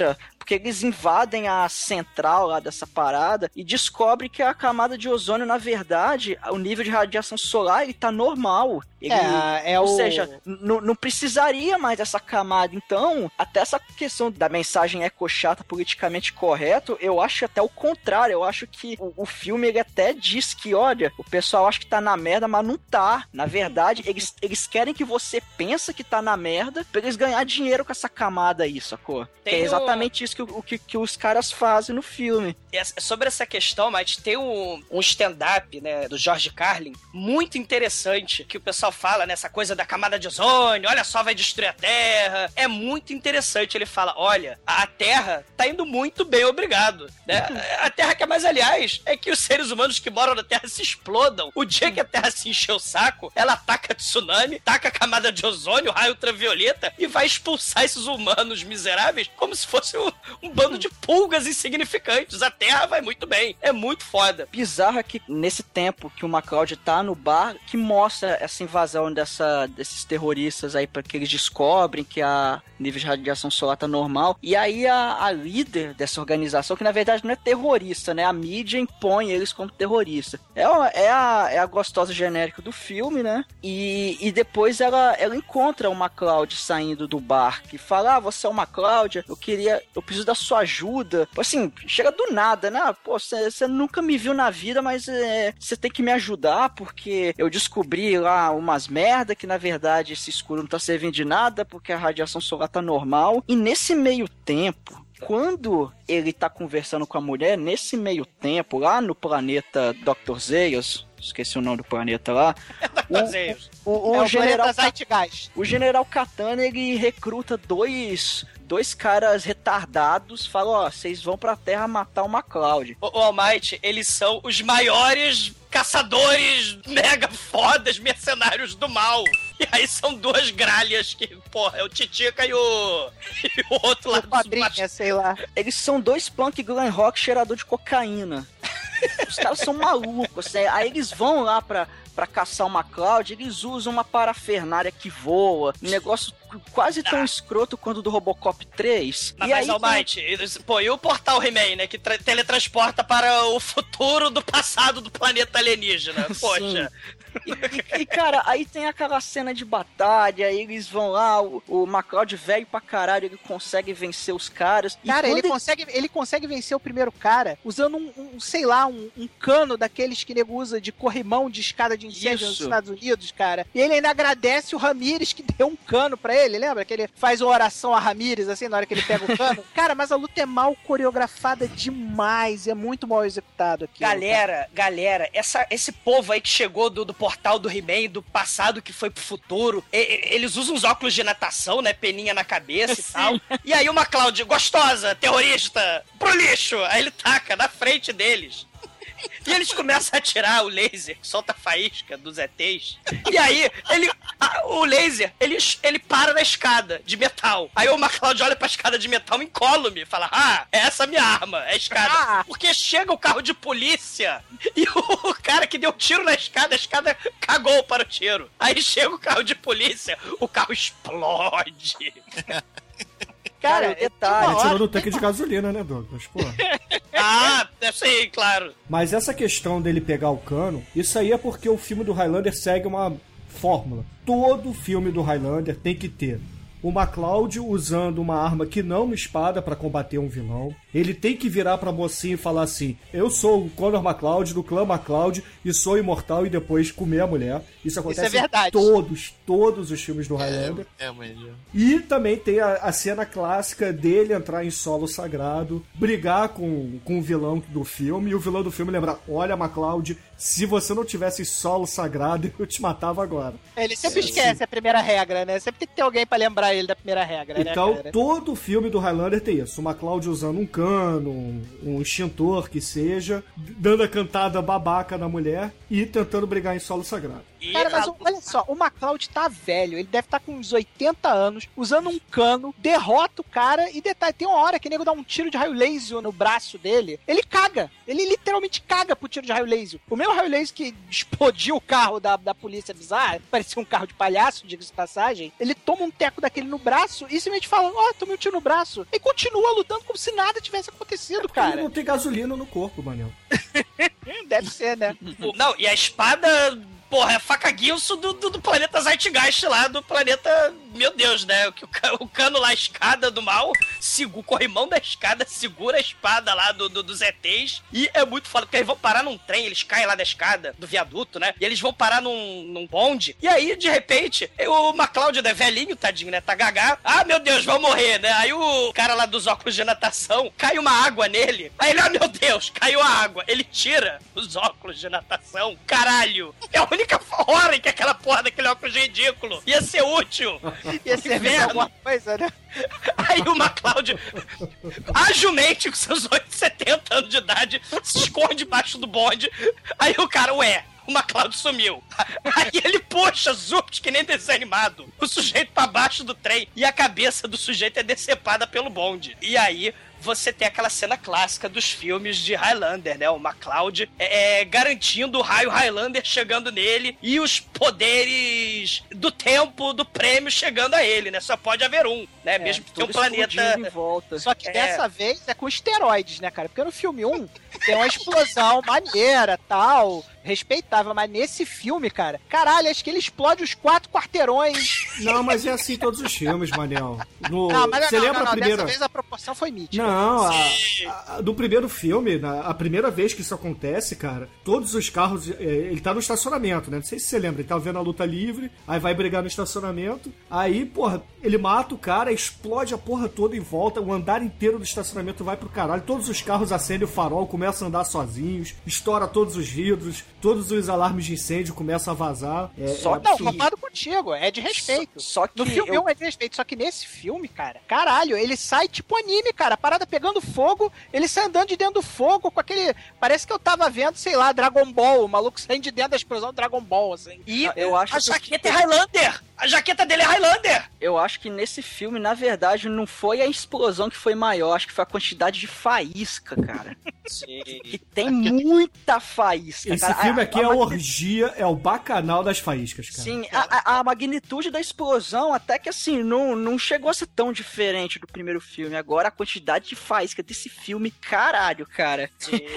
porque eles invadem a central lá dessa parada e descobrem que a camada de ozônio, na verdade, o nível de radiação solar, ele tá normal. Ele, é, é ou o... seja, n- não precisaria mais dessa camada. Então, até essa questão da mensagem ecochata politicamente correto, eu acho até o contrário. Eu acho que o, o filme, ele até diz que, olha, o pessoal acha que tá na merda, mas não tá. Na verdade, eles, eles querem que você pense que tá na merda pra eles ganhar dinheiro com essa camada aí, sacou? Tem é exatamente o... isso que, o, que, que os caras fazem no filme. Sobre essa questão, mas tem um, um stand-up, né, do George Carlin, muito interessante, que o pessoal fala, né, essa coisa da camada de ozônio, olha só, vai destruir a Terra. É muito interessante. Ele fala, olha, a Terra tá indo muito bem, obrigado. Né? A Terra quer mais, aliás, é que os seres humanos que moram na Terra se explodam. O dia que a Terra se encher o saco, ela ataca tsunami, taca a camada de ozônio, raio ultravioleta e vai expulsar esses humanos miseráveis como se fosse um, um bando de pulgas insignificantes. A Terra vai muito bem. É muito foda. Bizarro é que nesse tempo que o McCloud tá no bar, que mostra essa invasão dessa, desses terroristas aí, para que eles descobrem que a nível de radiação solar tá normal. E aí a, a líder dessa organização, que na verdade não é terrorista, né? A mídia impõe eles como terrorista. É, é, a, é a gostosa genérica do filme, né? E, e depois ela, ela encontra o McCloud saindo do bar, que fala, ah, você é o McCloud, eu queria, eu preciso da sua ajuda. Assim, chega do nada, né? Pô, você nunca me viu na vida, mas você é, tem que me ajudar, porque eu descobri lá umas merda que na verdade esse escuro não tá servindo de nada, porque a radiação solar tá normal. E nesse meio tempo, quando ele tá conversando com a mulher, nesse meio tempo, lá no planeta doutor Zaius, esqueci o nome do planeta lá, o, o, o, é o general Zeitgeist. O general Katana, ele recruta dois dois caras retardados, fala, ó, vocês vão pra Terra matar o McCloud. O, o All Might, eles são os maiores caçadores mega fodas, mercenários do mal. E aí são duas gralhas que, porra, é o Titica e o, e o outro lá. Padrinha, sei lá. Eles são dois punk glam rock cheirador de cocaína. Os caras são malucos, né? Aí eles vão lá pra, pra caçar o McCloud, eles usam uma parafernália que voa, um negócio quase tão ah. escroto quanto o do Robocop três. Mas, e mas aí, Almighty, que... pô, e o portal He-Man, né? Que tra- teletransporta para o futuro do passado do planeta alienígena. Poxa. E, e, e, cara, aí tem aquela cena de batalha, aí eles vão lá, o, o McCloud velho pra caralho, ele consegue vencer os caras. Cara, ele, ele... Consegue, ele consegue vencer o primeiro cara usando um, um sei lá, um, um cano daqueles que nego usa de corrimão de escada de incêndio nos Estados Unidos, cara. E ele ainda agradece o Ramírez que deu um cano pra ele, lembra? Que ele faz uma oração a Ramírez, assim, na hora que ele pega o cano. Cara, mas a luta é mal coreografada demais, é muito mal executado aqui. Galera, cara. galera, essa, esse povo aí que chegou do, do portal do He-Man, do passado que foi pro futuro, e, e, eles usam uns óculos de natação, né, peninha na cabeça e Sim. tal. E aí uma McCloud, gostosa, terrorista, pro lixo! Aí ele taca na frente deles. E eles começam a atirar o laser, solta a faísca dos E Tês. E aí, ele, a, o laser, ele, ele para na escada de metal. Aí o McCloud olha pra escada de metal incólume e fala, ah, essa é a minha arma, é a escada. Ah. Porque chega o carro de polícia e o, o cara que deu tiro na escada, a escada cagou para o tiro. Aí chega o carro de polícia, o carro explode. Cara, detalhe. Ele tirou no tanque de gasolina, né, Douglas? Pô. Ah, sim, claro. Mas essa questão dele pegar o cano, isso aí é porque o filme do Highlander segue uma fórmula. Todo filme do Highlander tem que ter o McCloud usando uma arma que não uma espada pra combater um vilão. Ele tem que virar pra mocinha e falar assim, eu sou o Connor McCloud, do clã McCloud, e sou imortal, e depois comer a mulher. Isso acontece Isso é verdade. em todos, todos os filmes do Highlander. É, é mesmo. E também tem a, a cena clássica dele entrar em solo sagrado, brigar com, com o vilão do filme, e o vilão do filme lembrar, olha, McCloud, se você não tivesse solo sagrado, eu te matava agora. Ele sempre é, esquece assim. a primeira regra, né? Sempre tem que ter alguém pra lembrar ele da primeira regra, então, né, cara? todo filme do Highlander tem isso. O McCloud usando um cano, um, um extintor que seja, dando a cantada babaca na mulher e tentando brigar em solo sagrado. E Cara, mas a- olha só, o MacLeod tá velho, ele deve estar com uns oitenta anos, usando um cano, derrota o cara e detalhe, tem uma hora que o nego dá um tiro de raio laser no braço dele, ele caga, ele literalmente caga pro tiro de raio laser. O mesmo raio laser que explodiu o carro da, da polícia bizarra, parecia um carro de palhaço, diga-se de passagem, ele toma um teco daquele no braço e simplesmente fala, ó, oh, tomei um tiro no braço, e continua lutando como se nada tivesse acontecido, Ele cara. não tem gasolina no corpo, Manel. Deve ser, né? Não, e a espada, porra, é a faca Gilson do, do, do planeta Zeitgeist lá, do planeta, meu Deus, né? Que o, ca- o cano lá, a escada do mal, segura, o corrimão da escada, segura a espada lá do, do, dos E Tês, e é muito foda, porque eles vão parar num trem, eles caem lá da escada, do viaduto, né? E eles vão parar num, num bonde, e aí, de repente, o MacLeod, né, velhinho, tadinho, né, tá gagá, ah, meu Deus, vão morrer, né? Aí o cara lá dos óculos de natação, cai uma água nele, aí ele, ah, meu Deus, caiu a água, ele tira os óculos de natação, caralho, é a única hora em que aquela porra daquele óculos ridículo ia ser útil. Ia servir pra alguma coisa, né? Aí o MacLeod, agilmente, com seus oito, setenta anos de idade, se esconde debaixo do bonde. Aí o cara, ué, o MacLeod sumiu. Aí ele puxa, zupt, que nem desenho animado, o sujeito pra baixo do trem e a cabeça do sujeito é decepada pelo bonde. E aí você tem aquela cena clássica dos filmes de Highlander, né? O MacLeod é, é, garantindo o raio Highlander chegando nele e os poderes do tempo do prêmio chegando a ele, né? Só pode haver um, né? É, Mesmo que tenha um tudo explodindo planeta... em volta. Só que É. dessa vez é com esteroides, né, cara? Porque no filme um tem uma explosão maneira, tal, respeitável, mas nesse filme, cara, caralho, acho que ele explode os quatro quarteirões. Não, mas é assim em todos os filmes, Manel. No, Ah, mas você não, lembra não, não, a primeira... dessa vez a proporção foi mítica. Não, a, a- do primeiro filme, na, a primeira vez que isso acontece, cara, todos os carros, é, ele tá no estacionamento, né? Não sei se você lembra, ele tá vendo a luta livre, aí vai brigar no estacionamento, aí, porra, ele mata o cara, explode a porra toda em volta, o andar inteiro do estacionamento vai pro caralho, todos os carros acendem o farol, começam a andar sozinhos, estoura todos os vidros, todos os alarmes de incêndio começam a vazar. É, Só é Não, absurdo. concordo contigo, é de respeito. Só que No filme eu- um é de respeito, só que nesse filme, cara, caralho, ele sai tipo anime, cara, a parada pegando fogo, ele sai andando de dentro do fogo com aquele... Parece que eu tava vendo, sei lá, Dragon Ball, o maluco saindo de dentro da explosão do Dragon Ball, assim. E eu acho a que- jaqueta é Highlander! A jaqueta dele é Highlander! Eu acho que nesse filme, na verdade, não foi a explosão que foi maior, acho que foi a quantidade de faísca, cara. Que tem muita faísca, Esse cara. filme A- aqui a é a magni- orgia, é o bacanal das faíscas, cara. Sim, a, a- a magnitude da explosão até que, assim, não, não chegou a ser tão diferente do primeiro filme. Agora, a quantidade de faísca desse filme, caralho, cara.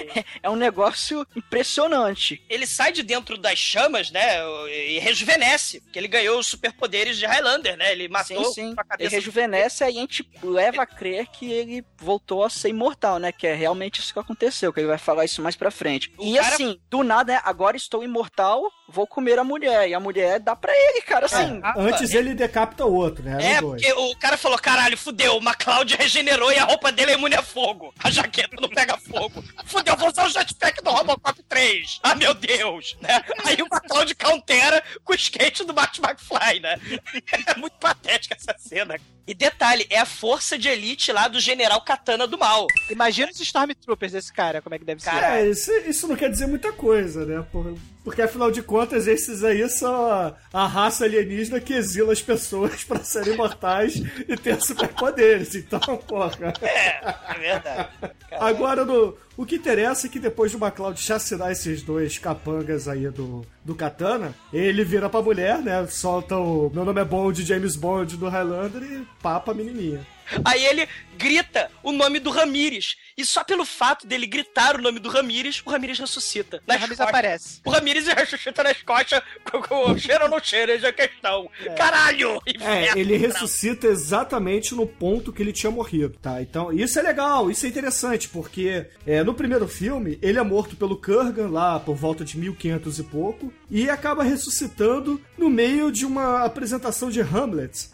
É um negócio impressionante. Ele sai de dentro das chamas, né? E rejuvenesce, porque ele ganhou os superpoderes de Highlander, né? Ele matou Sim, sim. com a Ele cabeça. rejuvenesce, aí a gente leva a crer que ele voltou a ser imortal, né? Que é realmente isso que aconteceu, que ele vai falar isso mais pra frente. O E cara- assim, do nada, né? Agora estou imortal, vou comer a mulher. E a mulher dá pra ele, cara, assim. Ah, Antes ele decapita o outro, né? É, Eram dois. porque o cara falou, caralho, fudeu, o MacLeod regenerou e a roupa dele é imune a fogo. A jaqueta não pega fogo. Fudeu, vou usar o jetpack do Robocop três. Ah, meu Deus, né? Aí o MacLeod countera com o skate do Marty McFly, né? É muito patética essa cena. E detalhe, é a força de elite lá do General Katana do Mal. Imagina os Stormtroopers desse cara, como é que deve ser. Cara, É, isso, isso não quer dizer muita coisa, né? Por- Porque afinal de contas, esses aí são a, a raça alienígena que exila as pessoas pra serem imortais e ter superpoderes. Então, porra. É, é verdade. Agora, no, o que interessa é que depois do MacLeod chacinar esses dois capangas aí do, do Katana, ele vira pra mulher, né? Solta o Meu Nome é Bond, James Bond do Highlander e papa a menininha. Aí ele grita o nome do Ramírez. E só pelo fato dele gritar o nome do Ramírez, o Ramírez ressuscita. O Nas Ramis costas. aparece. O Ramírez ressuscita nas costas com, com cheiro ou não cheiro, essa é a questão. Caralho! É, Inferno. ele ressuscita exatamente no ponto que ele tinha morrido, tá? Então, isso é legal, isso é interessante, porque é, no primeiro filme, ele é morto pelo Kurgan, lá por volta de mil e quinhentos e pouco, e acaba ressuscitando no meio de uma apresentação de Hamlet,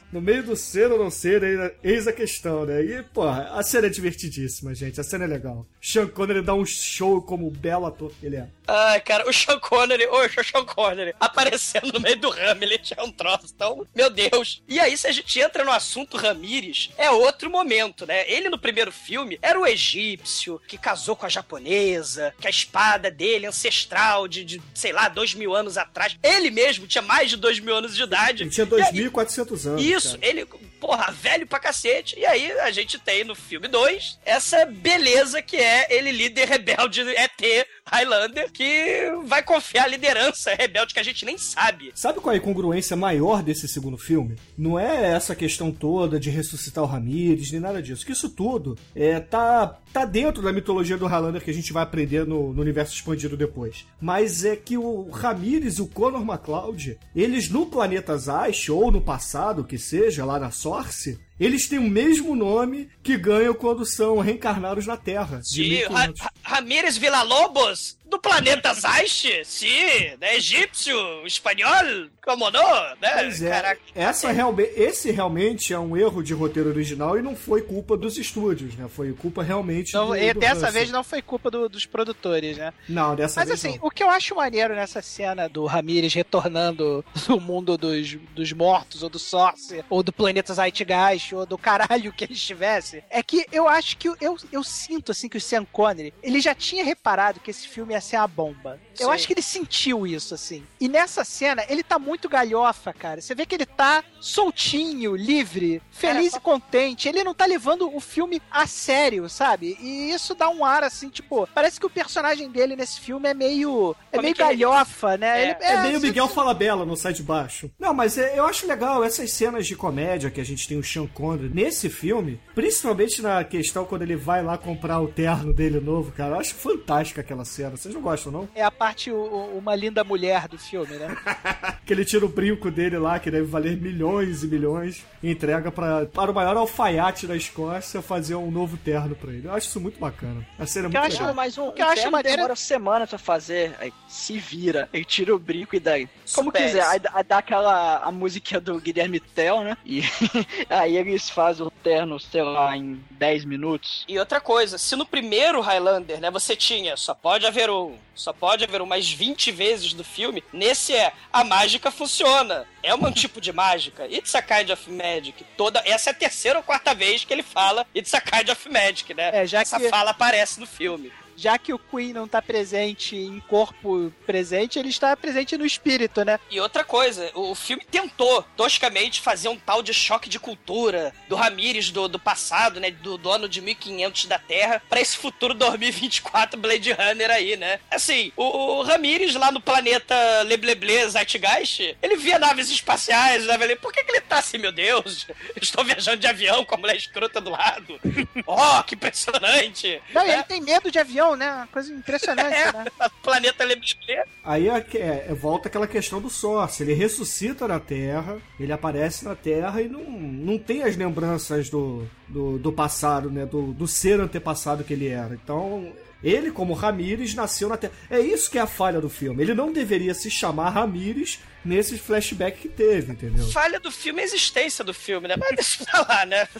No meio do ser ou não ser, eis a questão, né? E, porra, a cena é divertidíssima, gente. A cena é legal. Sean Connery dá um show como belo ator que ele é. Ai, cara, o Sean Connery, o Sean Connery aparecendo no meio do Hamlet é um troço, então, meu Deus. E aí, se a gente entra no assunto Ramírez, é outro momento, né? Ele, no primeiro filme, era o egípcio que casou com a japonesa, que a espada dele, ancestral, de, de sei lá, dois mil anos atrás. Ele mesmo tinha mais de dois mil anos de idade. Ele tinha dois mil e quatrocentos anos. Isso, cara. Ele, porra, velho pra cacete. E aí, a gente tem no filme dois essa beleza que é ele líder rebelde E T Highlander, que vai confiar a liderança rebelde que a gente nem sabe. Sabe qual é a incongruência maior desse segundo filme? Não é essa questão toda de ressuscitar o Ramírez, nem nada disso. Que isso tudo é, tá, tá dentro da mitologia do Highlander que a gente vai aprender no, no universo expandido depois. Mas é que o Ramírez e o Connor MacLeod, eles no planeta Zysh, ou no passado, que seja, lá na Source, eles têm o mesmo nome que ganham quando são reencarnados na Terra. Sim, Ra Ra Ramírez Villalobos, do planeta Zysh, sim, né, egípcio, espanhol, como não, né? Pois é, Caraca. Essa realme esse realmente é um erro de roteiro original e não foi culpa dos estúdios, né? Foi culpa realmente não, do, e do dessa Hansen. vez não foi culpa do, dos produtores, né? Não, dessa Mas vez assim, não. o que eu acho maneiro nessa cena do Ramírez retornando do mundo dos, dos mortos, ou do Source, ou do planeta Zeitgeist, ou do caralho que ele estivesse, é que eu acho que eu, eu, eu sinto assim que o Sean Connery, ele já tinha reparado que esse filme ia ser uma bomba. Sim. Eu acho que ele sentiu isso, assim. E nessa cena, ele tá muito galhofa, cara. Você vê que ele tá soltinho, livre, feliz é, e contente. Ele não tá levando o filme a sério, sabe? E isso dá um ar, assim, tipo, parece que o personagem dele nesse filme é meio é Como meio é galhofa, ele... né? É, ele, é, é meio assim, Miguel Falabella no Sai de Baixo. Não, mas é, eu acho legal essas cenas de comédia que a gente tem o Sean Connery nesse filme, principalmente na questão quando ele vai lá comprar o terno dele novo, cara. Eu acho fantástica aquela cena. Vocês não gostam, não? É a parte, o, uma linda mulher do filme, né? Que ele tira o brinco dele lá, que deve valer milhões e milhões, e entrega pra, para o maior alfaiate da Escócia fazer um novo terno pra ele. Eu acho isso muito bacana. A cena é muito legal. Acho, mas um, que um eu acho terno maneiro... demora semanas pra fazer, aí se vira, aí tira o brinco e daí, como Super. quiser, aí, aí dá aquela a música do Guilherme Tell, né? E aí eles fazem o terno, sei lá, em dez minutos. E outra coisa, se no primeiro Highlander, né, você tinha só pode haver um, só pode haver um mais vinte vezes do filme, nesse é, a mágica funciona. É um tipo de mágica. It's a kind of magic. Toda, essa é a terceira ou quarta vez que ele fala It's a kind of magic, né? É, já Essa que... fala aparece no filme. Já que o Queen não tá presente em corpo presente, ele está presente no espírito, né? E outra coisa, o filme tentou, toscamente, fazer um tal de choque de cultura do Ramírez do, do passado, né? Do, do ano de mil e quinhentos da Terra, pra esse futuro dois mil e vinte e quatro Blade Runner aí, né? Assim, o, o Ramírez lá no planeta Lebleble Zeitgeist, ele via naves espaciais, né? Por que, que ele tá assim, meu Deus? Eu estou viajando de avião com a mulher escrota do lado. Oh, que impressionante! Não, e é. ele tem medo de avião, né? Uma coisa impressionante, É, né? planeta Lebleble. Aí é, é, volta aquela questão do Source. Ele ressuscita na Terra, ele aparece na Terra e não, não tem as lembranças do, do, do passado, né? Do, do ser antepassado que ele era. Então, ele, como Ramírez, nasceu na Terra. É isso que é a falha do filme. Ele não deveria se chamar Ramírez nesse flashback que teve, entendeu? Falha do filme é a existência do filme, né? Mas deixa pra lá, né?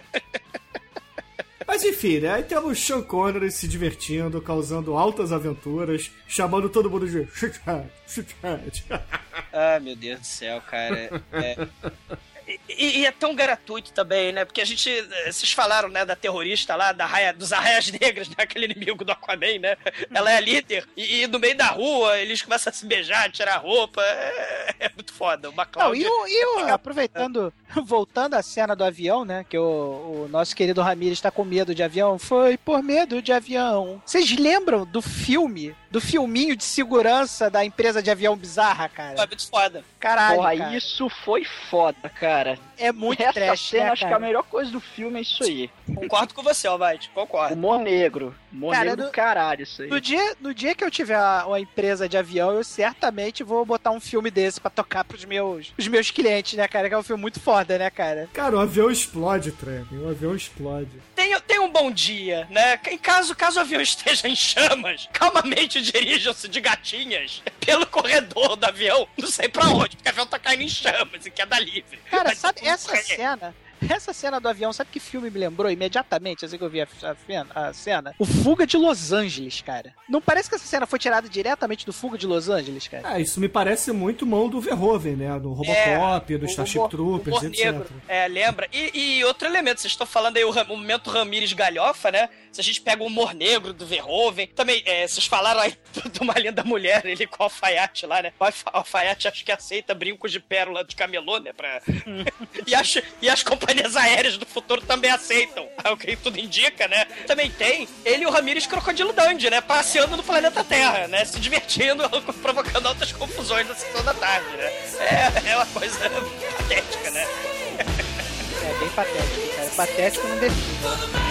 Mas enfim, né? Aí temos Sean Connery se divertindo, causando altas aventuras, chamando todo mundo de shithead, shithead. Ah, meu Deus do céu, cara. É... E, e é tão gratuito também, né? Porque a gente... Vocês falaram, né, da terrorista lá, da raia, dos Arraias Negras, né? Aquele inimigo do Aquaman, né? Ela é a líder. E, e no meio da rua, eles começam a se beijar, tirar a roupa. É, é muito foda. O MacLeod... Não, e o, e o, aproveitando, voltando à cena do avião, né? Que o, o nosso querido Ramírez está com medo de avião. Foi por medo de avião. Vocês lembram do filme? Do filminho de segurança da empresa de avião bizarra, cara? É muito foda. Caralho, Porra, cara. isso foi foda, cara. É muito Essa trash, cena, né, acho cara? que a melhor coisa do filme é isso aí. Concordo com você, Alvite. Concordo. Humor negro. Mornegro do caralho isso aí. No dia, no dia que eu tiver uma, uma empresa de avião, eu certamente vou botar um filme desse pra tocar pros meus, pros meus clientes, né, cara? Que é um filme muito foda, né, cara? Cara, o avião explode, Trem. O avião explode. Tem, tem um bom dia, né? Em caso, caso o avião esteja em chamas, calmamente dirijam-se de gatinhas pelo corredor do avião, não sei pra onde, porque o avião tá caindo em chamas e queda livre. Cara, Mas sabe tudo essa bem. cena... Essa cena do avião, sabe que filme me lembrou imediatamente, assim que eu vi a, a, a cena? O Fuga de Los Angeles, cara. Não parece que essa cena foi tirada diretamente do Fuga de Los Angeles, cara? Ah, isso me parece muito mão do Verhoeven, né? Do Robocop, É, do o Starship humor- Troopers, humor negro. etcétera. É, lembra? E, e outro elemento, vocês estão falando aí o, Ram- o momento Ramírez galhofa, né? Se a gente pega o humor negro do Verhoeven, também, é, vocês falaram aí de Uma Linda Mulher, ele com o alfaiate lá, né? O alfa- o alfaiate acho que aceita brincos de pérola de camelô, né? Pra... e, as, e as companhias aéreas do futuro também aceitam, o que tudo indica, né? Também tem ele e o Ramírez Crocodilo Dundee, né? Passeando no planeta Terra, né? Se divertindo, provocando altas confusões na sessão da tarde, né? É, é uma coisa patética, né? É bem patético, cara. Patético não define.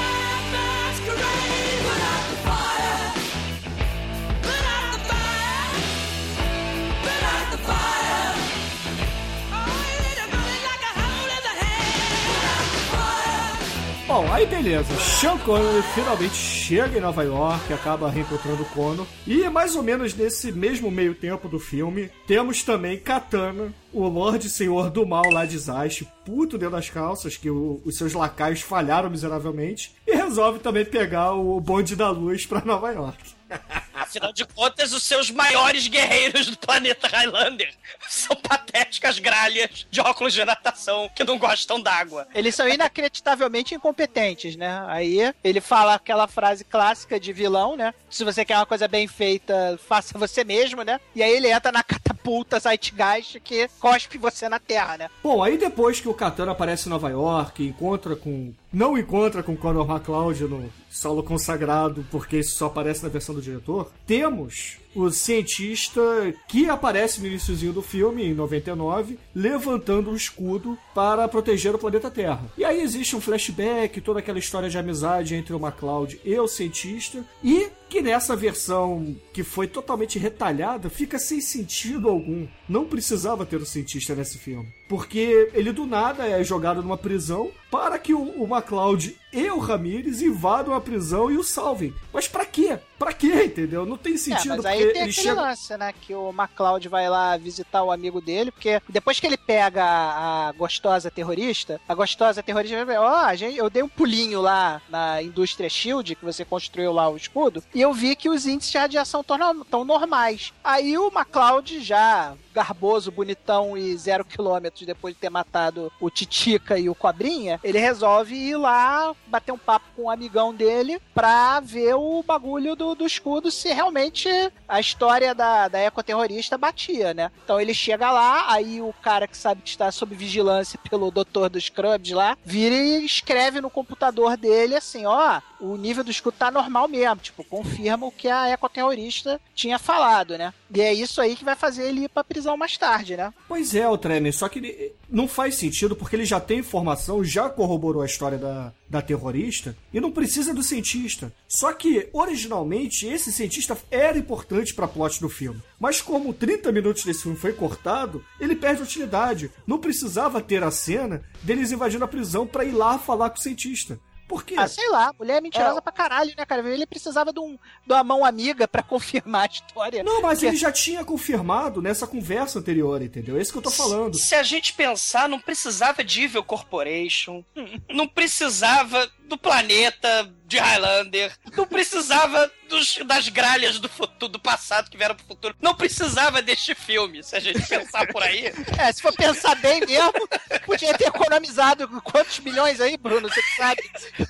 Bom, aí beleza, Sean Connery finalmente chega em Nova York, acaba reencontrando o Connor. E mais ou menos nesse mesmo meio tempo do filme, temos também Katana, o Lorde Senhor do Mal lá de Zaysh, puto dentro das calças, que o- os seus lacaios falharam miseravelmente, e resolve também pegar o bonde da luz pra Nova York. Afinal de contas, os seus maiores guerreiros do planeta Highlander são patéticas gralhas de óculos de natação que não gostam d'água. Eles são inacreditavelmente incompetentes, né? Aí ele fala aquela frase clássica de vilão, né? Se você quer uma coisa bem feita, faça você mesmo, né? E aí ele entra na catapulta Zeitgeist que cospe você na terra, né? Bom, aí depois que o Katana aparece em Nova York, encontra com... não encontra com Connor McCloud no solo consagrado, porque isso só aparece na versão do diretor, temos o cientista que aparece no iniciozinho do filme, em noventa e nove, levantando o escudo para proteger o planeta Terra. E aí existe um flashback, toda aquela história de amizade entre o McCloud e o cientista, e que nessa versão que foi totalmente retalhada, fica sem sentido algum. Não precisava ter o cientista nesse filme. Porque ele do nada é jogado numa prisão para que o, o McCloud e o Ramírez invadam a prisão e o salvem. Mas pra quê? Pra quê, entendeu? Não tem sentido. É, mas aí porque tem ele aquele chega... lance, né? Que o McCloud vai lá visitar o amigo dele, porque depois que ele pega a, a gostosa terrorista, a gostosa terrorista vai ó, oh, eu dei um pulinho lá na indústria Shield, que você construiu lá o escudo, e eu vi que os índices de radiação estão normais. Aí o McCloud, já garboso, bonitão e zero quilômetros depois de ter matado o Titica e o Cobrinha, ele resolve ir lá bater um papo com um amigão dele pra ver o bagulho do, do escudo, se realmente a história da, da ecoterrorista batia, né? Então ele chega lá, aí o cara que sabe que está sob vigilância pelo doutor dos Scrubs lá, vira e escreve no computador dele assim, ó, o nível do escudo tá normal mesmo, tipo, confirma o que a ecoterrorista tinha falado, né? E é isso aí que vai fazer ele ir pra prisão mais tarde, né? Pois é, o Tremer, só que ele não faz sentido porque ele já tem informação, já corroborou a história da, da terrorista e não precisa do cientista. Só que, originalmente, esse cientista era importante pra plot do filme. Mas como trinta minutos desse filme foi cortado, ele perde utilidade. Não precisava ter a cena deles invadindo a prisão pra ir lá falar com o cientista. Por quê? Ah, sei lá, mulher é mentirosa É. pra caralho, né, cara? Ele precisava de, um, de uma mão amiga pra confirmar a história. Não, mas Porque- ele já tinha confirmado nessa conversa anterior, entendeu? É isso que eu tô falando. Se a gente pensar, não precisava de Evil Corporation, não precisava do planeta de Highlander, não precisava dos, das gralhas do futuro, do passado que vieram pro futuro, não precisava deste filme, se a gente pensar por aí. É, se for pensar bem mesmo, podia ter economizado quantos milhões aí, Bruno? Você que sabe.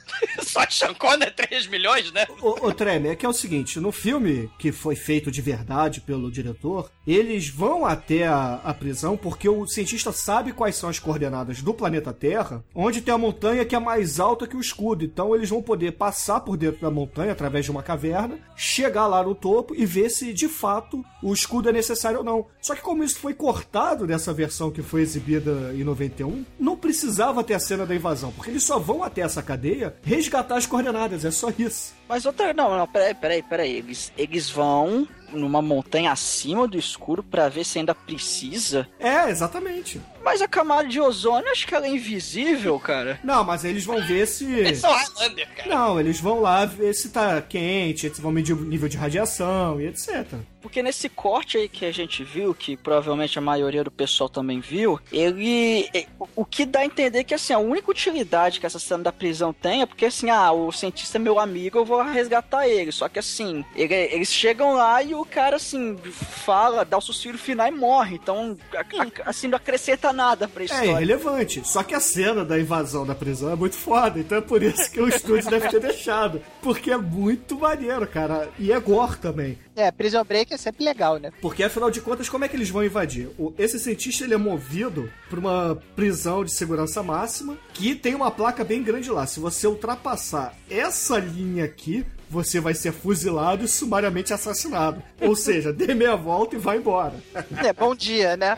Só de Sean Connery, três milhões, né? Ô, ô Tremer, é que é o seguinte, no filme que foi feito de verdade pelo diretor, eles vão até a, a prisão porque o cientista sabe quais são as coordenadas do planeta Terra, onde tem a montanha que é mais alta que o escudo, então eles vão poder passar por dentro da montanha através de uma caverna parada, chegar lá no topo e ver se de fato o escudo é necessário ou não. Só que como isso foi cortado dessa versão que foi exibida em noventa e um, não precisava ter a cena da invasão, porque eles só vão até essa cadeia resgatar as coordenadas, é só isso. Mas outra... Não, não, peraí, peraí, peraí. Eles, eles vão numa montanha acima do escuro pra ver se ainda precisa? É, exatamente. Mas a camada de ozônio, acho que ela é invisível, cara. Não, mas eles vão ver se... Eles são Highlander, cara. Não, eles vão lá ver se tá quente, eles vão medir o nível de radiação e etcétera. Porque nesse corte aí que a gente viu, que provavelmente a maioria do pessoal também viu, ele... O que dá a entender é que, assim, a única utilidade que essa cena da prisão tem é porque, assim, ah, o cientista é meu amigo, eu vou resgatar ele. Só que, assim, ele, eles chegam lá e o cara, assim, fala, dá o suspiro final e morre. Então, a, a, assim, não acrescenta nada pra história. É irrelevante. Só que a cena da invasão da prisão é muito foda. Então é por isso que o estúdio deve ter deixado. Porque é muito maneiro, cara. E é gore também. É, Prison Break é sempre legal, né? Porque, afinal de contas, como é que eles vão invadir? O, esse cientista, ele é movido por uma prisão de segurança máxima que tem uma placa bem grande lá. Se você ultrapassar essa linha aqui, você vai ser fuzilado e sumariamente assassinado. Ou seja, dê meia volta e vai embora. É, bom dia, né?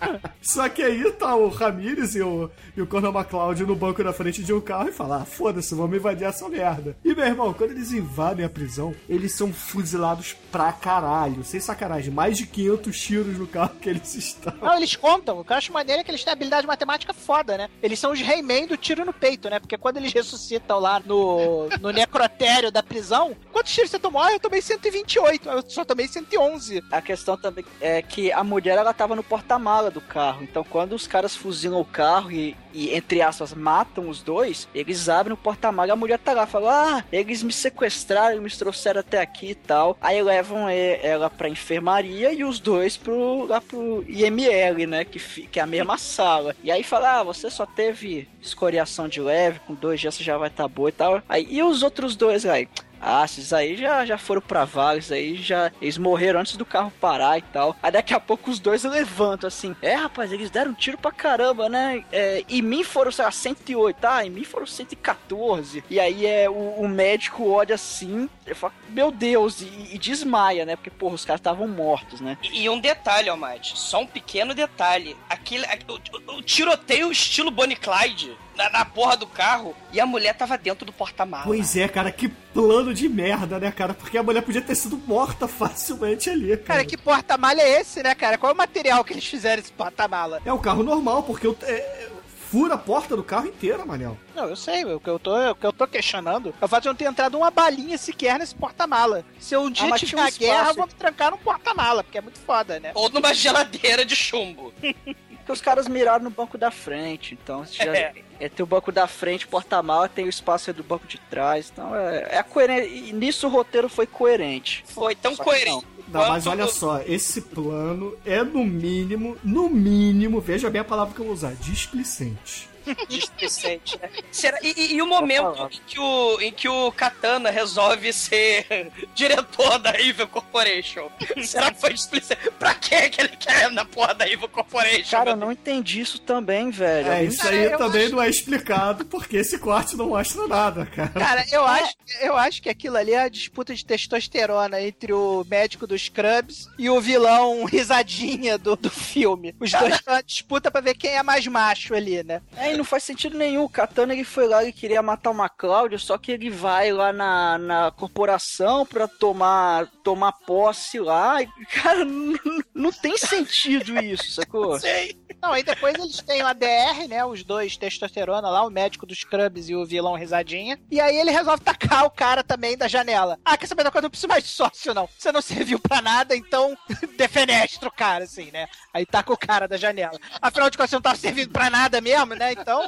Só que aí tá o Ramírez e o, e o Conor McCloud no banco na frente de um carro e falam, ah, foda-se, vamos invadir essa merda. E, meu irmão, quando eles invadem a prisão, eles são fuzilados pra caralho. Sem sacanagem, mais de quinhentos tiros no carro que eles estão. Não, eles contam. O que eu acho maneiro é que eles têm habilidade matemática foda, né? Eles são os He-Man do tiro no peito, né? Porque quando eles ressuscitam lá no, no necrotério da prisão, quantos tiros você tomou? Ah, eu tomei cento e vinte e oito. Eu só tomei cento e onze. A questão também é que a mulher, ela tava no porta-mala do carro. Então, quando os caras fuzilam o carro e, e, entre aspas, matam os dois, eles abrem o porta-mala e a mulher tá lá. Fala, ah, eles me sequestraram, me trouxeram até aqui e tal. Aí levam ela pra enfermaria e os dois pro, lá pro I M L, né? Que, que é a mesma sala. E aí fala, ah, você só teve escoriação de leve, com dois dias você já vai tá boa e tal. Aí, e os outros dois aí? Ah, esses aí já, já foram pra vaga, esses aí já... Eles morreram antes do carro parar e tal. Aí daqui a pouco os dois levantam assim. É, rapaz, eles deram um tiro pra caramba, né? É, em mim foram, sei lá, cento e oito. Ah, em mim foram cento e quatorze. E aí é, o, o médico olha assim... Ele fala, meu Deus, e, e desmaia, né? Porque, porra, os caras estavam mortos, né? E, e um detalhe, Almighty, só um pequeno detalhe. Aquele, o, o, o tiroteio estilo Bonnie Clyde... Na, na porra do carro, e a mulher tava dentro do porta-mala. Pois é, cara, que plano de merda, né, cara? Porque a mulher podia ter sido morta facilmente ali, cara. Cara, que porta-mala é esse, né, cara? Qual é o material que eles fizeram esse porta-mala? É um carro normal, porque eu, é, fura a porta do carro inteira, Manel. Não, eu sei, o que eu tô, o que eu tô questionando é o fato de não ter entrado uma balinha sequer nesse porta-mala. Se um dia ah, tiver um guerra, eu vou me trancar num porta-mala, porque é muito foda, né? Ou numa geladeira de chumbo. Porque os caras miraram no banco da frente, então já é. É, tem o banco da frente, porta-mala, tem o espaço do banco de trás, então é, é a coerência, e nisso o roteiro foi coerente. Foi tão coerente. Não, não, mas olha só, esse plano é no mínimo, no mínimo, veja bem a palavra que eu vou usar, displicente. Displicente, né? Será, e, e, e o momento em que o, em que o Katana resolve ser diretor da Evil Corporation? Será que foi displicente? Pra que que ele quer na porra da Evil Corporation? Cara, eu não entendi isso também, velho. É, isso aí cara, também acho... não é explicado, porque esse corte não mostra nada, cara. Cara, eu, é. acho, eu acho que aquilo ali é a disputa de testosterona entre o médico dos Scrubs e o vilão risadinha do, do filme. Os cara... dois estão na disputa pra ver quem é mais macho ali, né? É, não faz sentido nenhum. O Katana, ele foi lá e queria matar o McCloud, só que ele vai lá na, na corporação pra tomar, tomar posse lá. E, cara, não, não tem sentido isso, sacou? Sei. Não, aí depois eles têm o A D R, né? Os dois testosterona lá, o médico dos Scrubs e o vilão risadinha. E aí ele resolve tacar o cara também da janela. Ah, quer saber da coisa? Não preciso mais de sócio, não. Você não serviu pra nada, então defenestra o cara, assim, né? Aí taca o cara da janela. Afinal de contas, você não tava servindo pra nada mesmo, né? Então,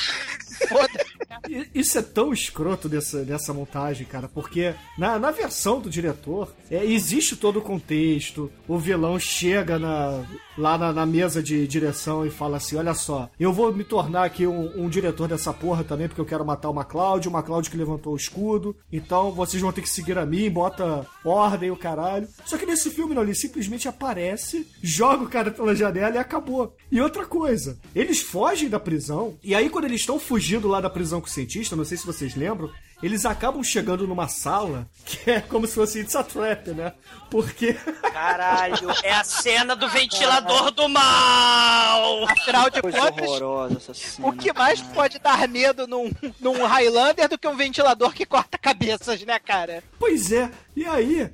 foda-se. Isso é tão escroto dessa, dessa montagem, cara, porque na, na versão do diretor, é, existe todo o contexto, o vilão chega na, lá na, na mesa de direção e fala assim, olha só, eu vou me tornar aqui um, um diretor dessa porra também, porque eu quero matar o McCloud, o McCloud que levantou o escudo, então vocês vão ter que seguir a mim, bota ordem o caralho. Só que nesse filme, não, ele simplesmente aparece, joga o cara pela janela e acabou. E outra coisa, eles fogem da prisão, e aí quando eles estão fugindo lá da prisão com o cientista, não sei se vocês lembram, eles acabam chegando numa sala que é como se fosse It's a Trap, né? Porque... Caralho, é a cena do ventilador do mal! Afinal de Coisa contas, horrorosa essa cena, o que mais cara. pode dar medo num, num Highlander do que um ventilador que corta cabeças, né, cara? Pois é, e aí...